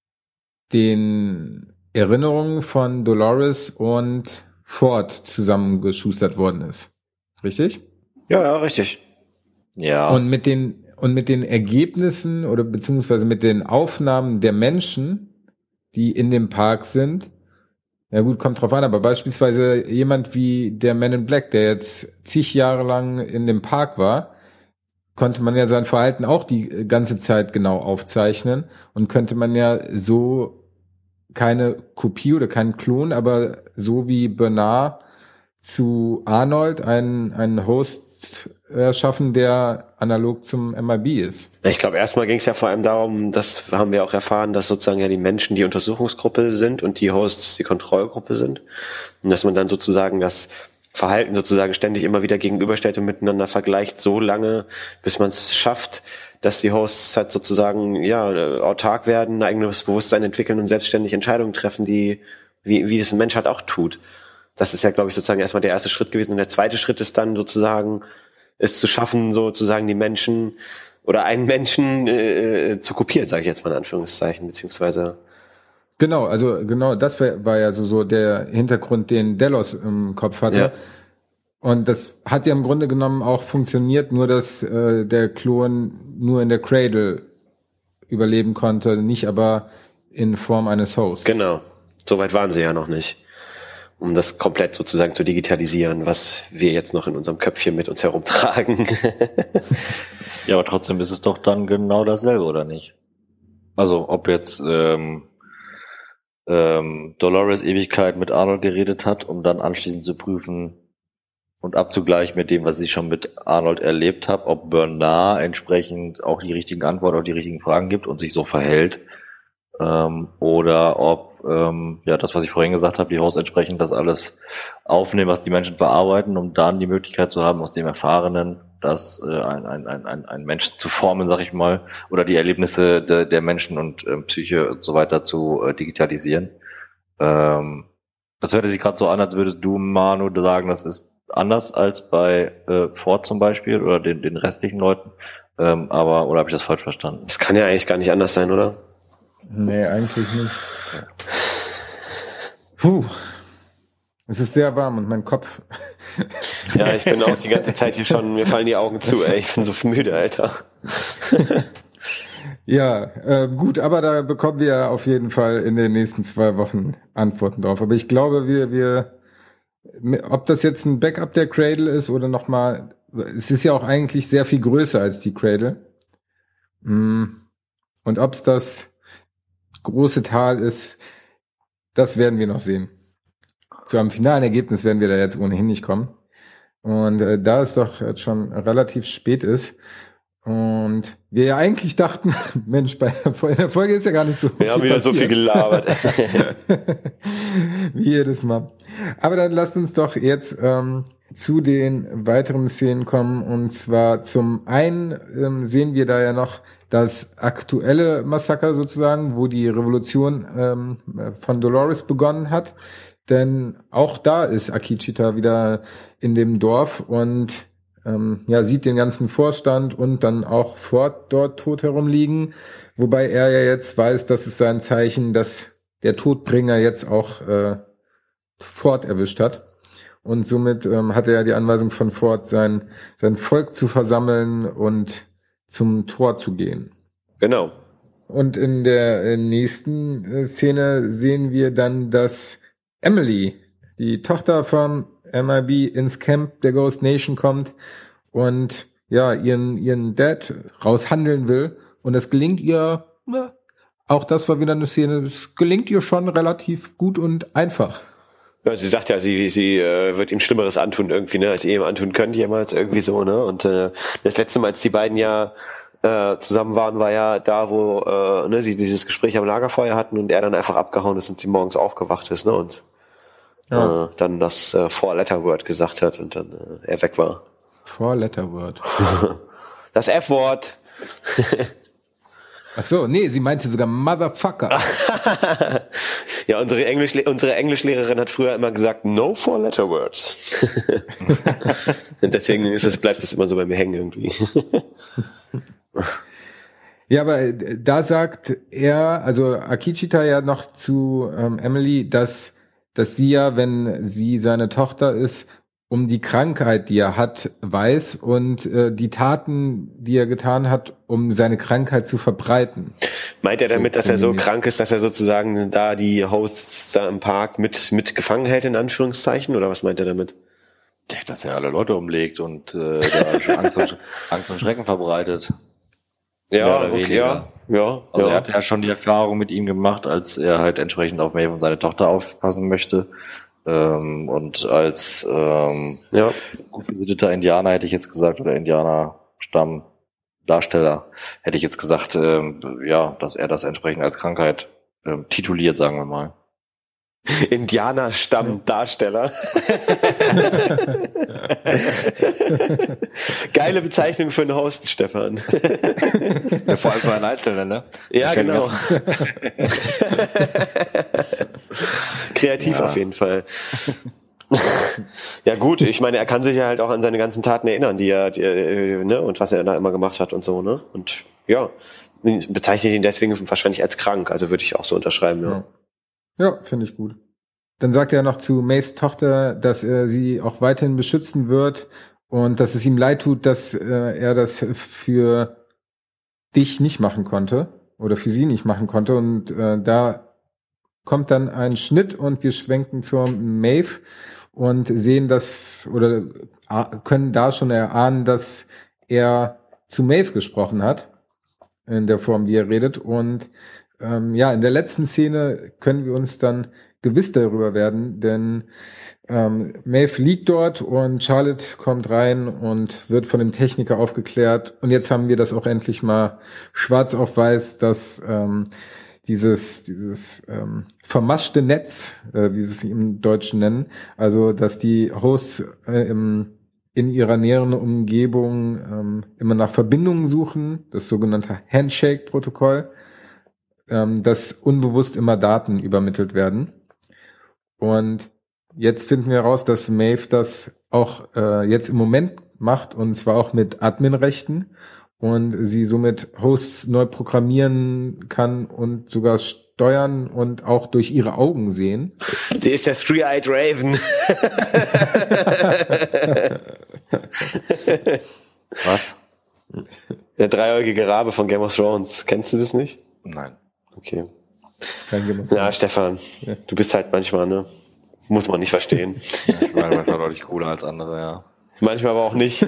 Speaker 2: den Erinnerungen von Dolores und Ford zusammengeschustert worden ist. Richtig?
Speaker 3: Ja, richtig.
Speaker 4: Ja.
Speaker 2: Und mit den Ergebnissen oder beziehungsweise mit den Aufnahmen der Menschen, die in dem Park sind, ja gut, kommt drauf an, aber beispielsweise jemand wie der Man in Black, der jetzt zig Jahre lang in dem Park war, konnte man ja sein Verhalten auch die ganze Zeit genau aufzeichnen und könnte man ja so keine Kopie oder keinen Klon, aber so wie Bernard zu Arnold einen Host erschaffen, der analog zum MIB ist.
Speaker 3: Ich glaube, erstmal ging es ja vor allem darum, das haben wir auch erfahren, dass sozusagen ja die Menschen die Untersuchungsgruppe sind und die Hosts die Kontrollgruppe sind. Und dass man dann sozusagen das Verhalten sozusagen ständig immer wieder gegenüberstellt und miteinander vergleicht, so lange, bis man es schafft, dass die Hosts halt sozusagen autark werden, ein eigenes Bewusstsein entwickeln und selbstständig Entscheidungen treffen, die wie das ein Mensch halt auch tut. Das ist ja, glaube ich, sozusagen erstmal der erste Schritt gewesen. Und der zweite Schritt ist dann sozusagen, es zu schaffen, sozusagen die Menschen oder einen Menschen zu kopieren, sage ich jetzt mal in Anführungszeichen, beziehungsweise.
Speaker 2: Genau, das war ja so der Hintergrund, den Delos im Kopf hatte.
Speaker 3: Ja.
Speaker 2: Und das hat ja im Grunde genommen auch funktioniert, nur dass der Klon nur in der Cradle überleben konnte, nicht aber in Form eines Hosts.
Speaker 3: Genau, soweit waren sie ja noch nicht, um das komplett sozusagen zu digitalisieren, was wir jetzt noch in unserem Köpfchen mit uns herumtragen.
Speaker 4: Ja, aber trotzdem ist es doch dann genau dasselbe, oder nicht? Also, ob jetzt Dolores Ewigkeit mit Arnold geredet hat, um dann anschließend zu prüfen und abzugleichen mit dem, was ich schon mit Arnold erlebt habe, ob Bernard entsprechend auch die richtigen Antworten auf die richtigen Fragen gibt und sich so verhält, oder ob das, was ich vorhin gesagt habe, die Hosts entsprechend das alles aufnehmen, was die Menschen verarbeiten, um dann die Möglichkeit zu haben, aus dem Erfahrenen das ein Menschen zu formen, sag ich mal, oder die Erlebnisse der Menschen und Psyche und so weiter zu digitalisieren. Das hörte sich gerade so an, als würdest du, Manu, sagen, das ist anders als bei Ford zum Beispiel oder den restlichen Leuten. Oder habe ich das falsch verstanden?
Speaker 3: Das kann ja eigentlich gar nicht anders sein, oder?
Speaker 2: Nee, eigentlich nicht. Es ist sehr warm und mein Kopf.
Speaker 3: Ja, ich bin auch die ganze Zeit hier schon, mir fallen die Augen zu, ey. Ich bin so müde, Alter.
Speaker 2: Ja, gut, aber da bekommen wir auf jeden Fall in den nächsten 2 Wochen Antworten drauf. Aber ich glaube, wir ob das jetzt ein Backup der Cradle ist oder nochmal, es ist ja auch eigentlich sehr viel größer als die Cradle. Und ob es das große Tal ist, das werden wir noch sehen. Zu einem finalen Ergebnis werden wir da jetzt ohnehin nicht kommen. Und da es doch jetzt schon relativ spät ist und wir ja eigentlich dachten, Mensch, in der Folge ist ja gar nicht so
Speaker 3: Wir haben wieder so viel gelabert.
Speaker 2: Wie jedes Mal. Aber dann lasst uns doch jetzt zu den weiteren Szenen kommen. Und zwar zum einen sehen wir da ja noch das aktuelle Massaker sozusagen, wo die Revolution von Dolores begonnen hat. Denn auch da ist Akecheta wieder in dem Dorf und sieht den ganzen Vorstand und dann auch Ford dort tot herumliegen. Wobei er ja jetzt weiß, dass es sein Zeichen, dass der Todbringer jetzt auch Ford erwischt hat. Und somit hat er ja die Anweisung von Ford, sein Volk zu versammeln und zum Tor zu gehen.
Speaker 3: Genau.
Speaker 2: Und in der nächsten Szene sehen wir dann, dass Emily, die Tochter vom MIB, ins Camp der Ghost Nation kommt und ja ihren Dad raushandeln will. Und das gelingt ihr auch das war wieder eine Szene, es gelingt ihr schon relativ gut und einfach.
Speaker 3: Ja, sie sagt ja, sie wird ihm Schlimmeres antun irgendwie, ne, als ihr ihm antun könnt jemals irgendwie so, ne? Und das letzte Mal, als die beiden ja zusammen waren, war ja da, wo sie dieses Gespräch am Lagerfeuer hatten und er dann einfach abgehauen ist und sie morgens aufgewacht ist, ne? Und dann das Four-Letter-Word gesagt hat und dann er weg war.
Speaker 2: Four-Letter-Word.
Speaker 3: Das F-Wort.
Speaker 2: Ach so, nee, sie meinte sogar Motherfucker.
Speaker 3: Ja, unsere Englischlehrerin hat früher immer gesagt, no Four-Letter-Words. Und deswegen bleibt es immer so bei mir hängen irgendwie.
Speaker 2: Ja, aber da sagt er, also Akichita ja noch zu Emily, dass sie ja, wenn sie seine Tochter ist, um die Krankheit, die er hat, weiß und die Taten, die er getan hat, um seine Krankheit zu verbreiten.
Speaker 3: Meint er damit, dass er so krank ist, dass er sozusagen da die Hosts da im Park mit gefangen hält, in Anführungszeichen? Oder was meint er damit?
Speaker 4: Dass er alle Leute umlegt und Angst und Schrecken verbreitet.
Speaker 3: Ja, okay, ja.
Speaker 4: Also er hat ja schon die Erfahrung mit ihm gemacht, als er halt entsprechend auf Maeve und seine Tochter aufpassen möchte. Und als gut besitteter Indianer hätte ich jetzt gesagt, oder Indianerstammdarsteller hätte ich jetzt gesagt, dass er das entsprechend als Krankheit tituliert, sagen wir mal.
Speaker 3: Indianerstammdarsteller. Geile Bezeichnung für einen Host, Stefan.
Speaker 4: Ja, vor allem für einen Einzelnen, ne?
Speaker 3: Ja, genau. Kreativ auf jeden Fall. Ja gut, ich meine, er kann sich ja halt auch an seine ganzen Taten erinnern, die er und was er da immer gemacht hat und so, ne? Und ja, bezeichnet ihn deswegen wahrscheinlich als krank, also würde ich auch so unterschreiben, ja.
Speaker 2: Ja, finde ich gut. Dann sagt er noch zu Maves Tochter, dass er sie auch weiterhin beschützen wird und dass es ihm leid tut, dass er das für dich nicht machen konnte oder für sie nicht machen konnte. Und da kommt dann ein Schnitt und wir schwenken zur Maeve und sehen das oder können da schon erahnen, dass er zu Maeve gesprochen hat in der Form, wie er redet. Und in der letzten Szene können wir uns dann gewiss darüber werden, denn Maeve liegt dort und Charlotte kommt rein und wird von dem Techniker aufgeklärt. Und jetzt haben wir das auch endlich mal schwarz auf weiß, dass dieses vermaschte Netz, wie sie es im Deutschen nennen, also dass die Hosts in ihrer näheren Umgebung immer nach Verbindungen suchen, das sogenannte Handshake-Protokoll, dass unbewusst immer Daten übermittelt werden. Und jetzt finden wir heraus, dass Maeve das auch jetzt im Moment macht, und zwar auch mit Adminrechten, und sie somit Hosts neu programmieren kann und sogar steuern und auch durch ihre Augen sehen.
Speaker 3: Die ist der Three-Eyed Raven.
Speaker 4: Was?
Speaker 3: Der dreieugige Rabe von Game of Thrones. Kennst du das nicht?
Speaker 4: Nein.
Speaker 3: Okay.
Speaker 2: Kein Game of Thrones.
Speaker 3: Ja, Stefan, du bist halt manchmal, ne? Muss man nicht verstehen.
Speaker 4: Ich meine, manchmal deutlich cooler als andere, ja.
Speaker 3: Manchmal aber auch nicht.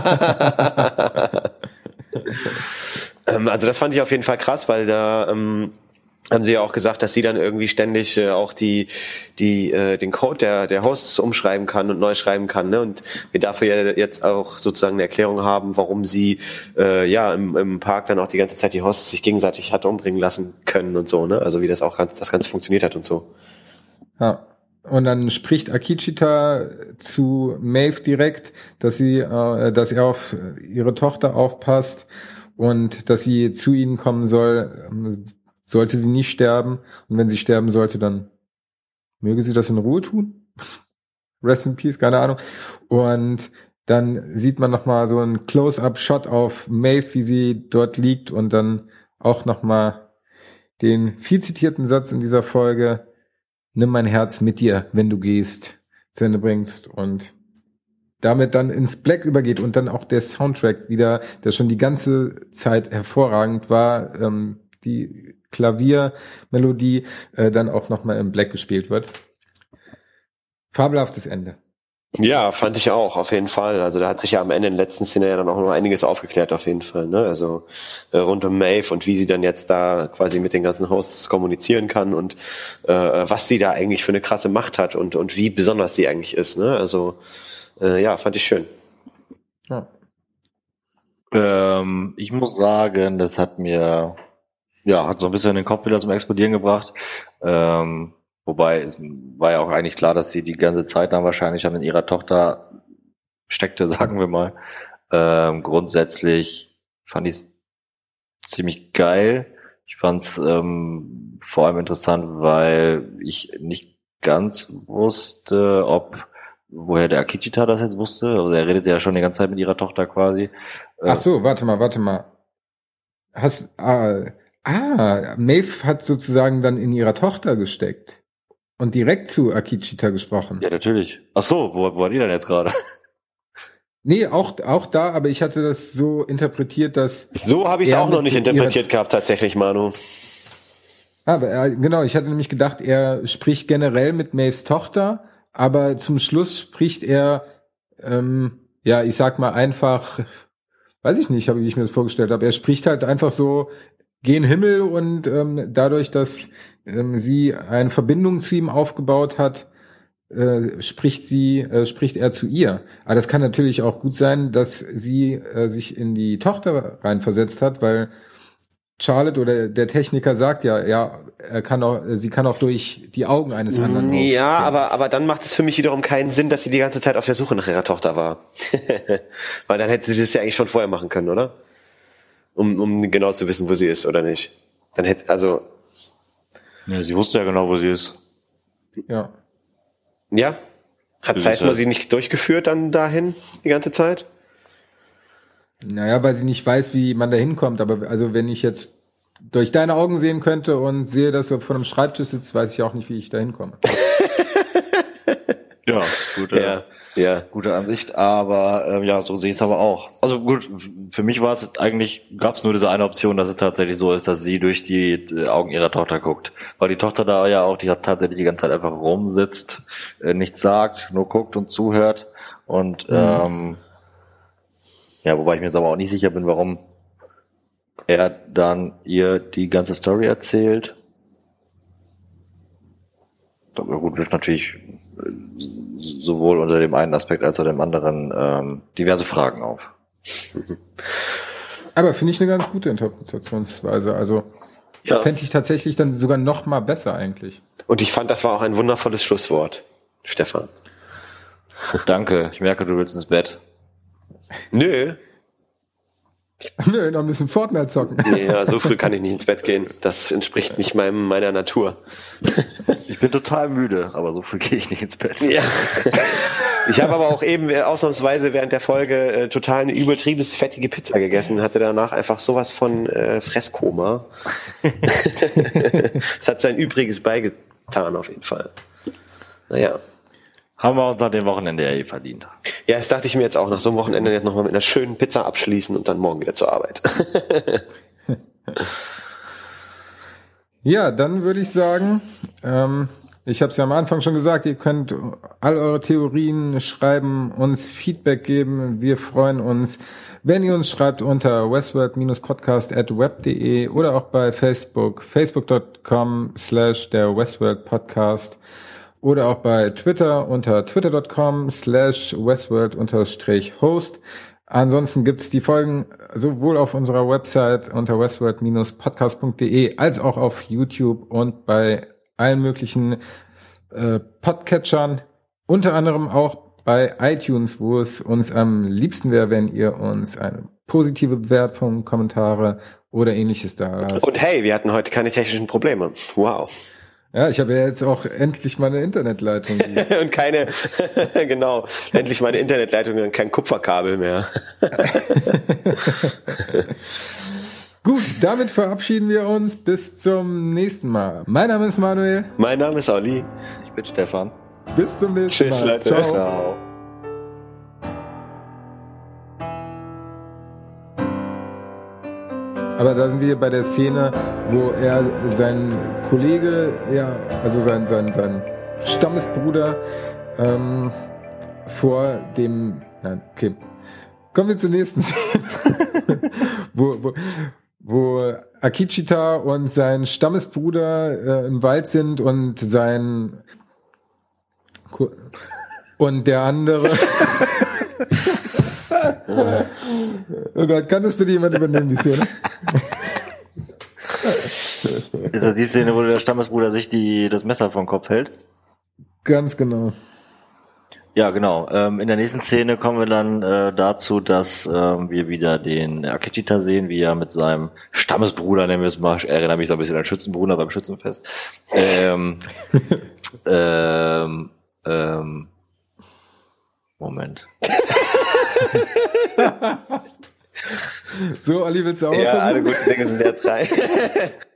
Speaker 3: Also das fand ich auf jeden Fall krass, weil da haben sie ja auch gesagt, dass sie dann irgendwie ständig auch den Code der Hosts umschreiben kann und neu schreiben kann, ne? Und wir dafür ja jetzt auch sozusagen eine Erklärung haben, warum sie im Park dann auch die ganze Zeit die Hosts sich gegenseitig hat umbringen lassen können und so, ne? Also wie das Ganze funktioniert hat und so.
Speaker 2: Ja. Und dann spricht Akichita zu Maeve direkt, dass er auf ihre Tochter aufpasst und dass sie zu ihnen kommen soll, sollte sie nicht sterben. Und wenn sie sterben sollte, dann möge sie das in Ruhe tun. Rest in Peace, keine Ahnung. Und dann sieht man nochmal so einen Close-Up-Shot auf Maeve, wie sie dort liegt, und dann auch nochmal den viel zitierten Satz in dieser Folge: Nimm mein Herz mit dir, wenn du gehst, zu Ende bringst, und damit dann ins Black übergeht und dann auch der Soundtrack wieder, der schon die ganze Zeit hervorragend war, die Klaviermelodie dann auch nochmal im Black gespielt wird. Fabelhaftes Ende.
Speaker 3: Ja, fand ich auch, auf jeden Fall. Also da hat sich ja am Ende in der letzten Szene ja dann auch noch einiges aufgeklärt, auf jeden Fall. Ne? Also rund um Maeve und wie sie dann jetzt da quasi mit den ganzen Hosts kommunizieren kann und was sie da eigentlich für eine krasse Macht hat und wie besonders sie eigentlich ist. Ne? Also ja, fand ich schön.
Speaker 2: Ja.
Speaker 4: Ich muss sagen, das hat mir, hat so ein bisschen den Kopf wieder zum Explodieren gebracht. Wobei es war ja auch eigentlich klar, dass sie die ganze Zeit dann wahrscheinlich dann in ihrer Tochter steckte, sagen wir mal. Grundsätzlich fand ich es ziemlich geil. Ich fand es vor allem interessant, weil ich nicht ganz wusste, woher der Akecheta das jetzt wusste. Also er redet ja schon die ganze Zeit mit ihrer Tochter quasi.
Speaker 2: Ach so, warte mal. Maeve hat sozusagen dann in ihrer Tochter gesteckt und direkt zu Akecheta gesprochen.
Speaker 4: Ja, natürlich. Ach so, wo war die denn jetzt gerade?
Speaker 2: Nee, auch da, aber ich hatte das so interpretiert, dass...
Speaker 3: So habe ich es auch noch nicht interpretiert gehabt, tatsächlich, Manu.
Speaker 2: Aber genau, ich hatte nämlich gedacht, er spricht generell mit Maeves Tochter, aber zum Schluss spricht er, ich sag mal einfach, weiß ich nicht, wie ich mir das vorgestellt habe, er spricht halt einfach so, geh in den Himmel und dadurch, dass sie eine Verbindung zu ihm aufgebaut hat, spricht er zu ihr. Aber das kann natürlich auch gut sein, dass sie sich in die Tochter reinversetzt hat, weil Charlotte oder der Techniker sagt sie kann auch durch die Augen eines anderen.
Speaker 3: Ja, aber dann macht es für mich wiederum keinen Sinn, dass sie die ganze Zeit auf der Suche nach ihrer Tochter war. Weil dann hätte sie das ja eigentlich schon vorher machen können, oder? Um genau zu wissen, wo sie ist oder nicht. Dann hätte, also.
Speaker 4: Ja, sie wusste ja genau, wo sie ist.
Speaker 2: Ja.
Speaker 3: Ja? Hat Seisma sie nicht durchgeführt dann dahin die ganze Zeit?
Speaker 2: Naja, weil sie nicht weiß, wie man da hinkommt. Aber also wenn ich jetzt durch deine Augen sehen könnte und sehe, dass du vor einem Schreibtisch sitzt, weiß ich auch nicht, wie ich da hinkomme.
Speaker 4: Ja, gute Ansicht, aber so sehe ich es aber auch. Also gut, für mich war es eigentlich, gab es nur diese eine Option, dass es tatsächlich so ist, dass sie durch die Augen ihrer Tochter guckt. Weil die Tochter da ja auch, die hat tatsächlich die ganze Zeit einfach rumsitzt, nichts sagt, nur guckt und zuhört. Und wobei ich mir jetzt aber auch nicht sicher bin, warum er dann ihr die ganze Story erzählt. Aber gut, wird natürlich sowohl unter dem einen Aspekt als auch dem anderen diverse Fragen auf.
Speaker 2: Aber finde ich eine ganz gute Interpretationsweise. Also fände ich tatsächlich dann sogar noch mal besser eigentlich.
Speaker 3: Und ich fand, das war auch ein wundervolles Schlusswort, Stefan.
Speaker 4: Danke, ich merke, du willst ins Bett.
Speaker 3: Nö,
Speaker 2: noch ein bisschen Fortnite zocken.
Speaker 3: Ja, so früh kann ich nicht ins Bett gehen. Das entspricht nicht meiner Natur.
Speaker 4: Ich bin total müde, aber so früh gehe ich nicht ins Bett.
Speaker 3: Ja. Ich habe aber auch eben ausnahmsweise während der Folge total eine übertrieben fettige Pizza gegessen, hatte danach einfach sowas von Fresskoma. Es hat sein Übriges beigetan, auf jeden Fall. Naja.
Speaker 4: Haben wir uns nach dem Wochenende verdient.
Speaker 3: Ja, das dachte ich mir jetzt auch. Nach so einem Wochenende jetzt nochmal mit einer schönen Pizza abschließen und dann morgen wieder zur Arbeit.
Speaker 2: Ja, dann würde ich sagen, ich habe es ja am Anfang schon gesagt, ihr könnt all eure Theorien schreiben, uns Feedback geben. Wir freuen uns, wenn ihr uns schreibt unter westworld-podcast@web.de oder auch bei facebook.com/der Westworld Podcast. Oder auch bei Twitter unter twitter.com/westworld_host. Ansonsten gibt's die Folgen sowohl auf unserer Website unter westworld-podcast.de als auch auf YouTube und bei allen möglichen Podcatchern. Unter anderem auch bei iTunes, wo es uns am liebsten wäre, wenn ihr uns eine positive Bewertung, Kommentare oder ähnliches da lasst.
Speaker 3: Und hey, wir hatten heute keine technischen Probleme. Wow.
Speaker 2: Ja, ich habe ja jetzt auch endlich meine Internetleitung.
Speaker 3: Und keine, genau, endlich meine Internetleitung und kein Kupferkabel mehr.
Speaker 2: Gut, damit verabschieden wir uns. Bis zum nächsten Mal. Mein Name ist Manuel.
Speaker 3: Mein Name ist Olli.
Speaker 4: Ich bin Stefan.
Speaker 2: Bis zum nächsten Mal.
Speaker 3: Tschüss, Leute.
Speaker 2: Ciao.
Speaker 4: Ciao.
Speaker 2: Aber da sind wir bei der Szene, wo er seinen Kollege, also sein Stammesbruder, vor dem, nein, okay. Kommen wir zur nächsten Szene, wo Akichita und sein Stammesbruder im Wald sind und und der andere. Oh Gott, kann das bitte jemand übernehmen, die Szene?
Speaker 4: Ist das die Szene, wo der Stammesbruder sich das Messer vom Kopf hält?
Speaker 2: Ganz genau.
Speaker 4: Ja, genau. In der nächsten Szene kommen wir dann dazu, dass wir wieder den Akichita sehen, wie er mit seinem Stammesbruder, nennen wir es mal, erinnere mich so ein bisschen an Schützenbruder beim Schützenfest. Moment.
Speaker 2: So, Olli, willst du auch mal
Speaker 3: Ja,
Speaker 2: versuchen?
Speaker 3: alle guten Dinge sind ja 3.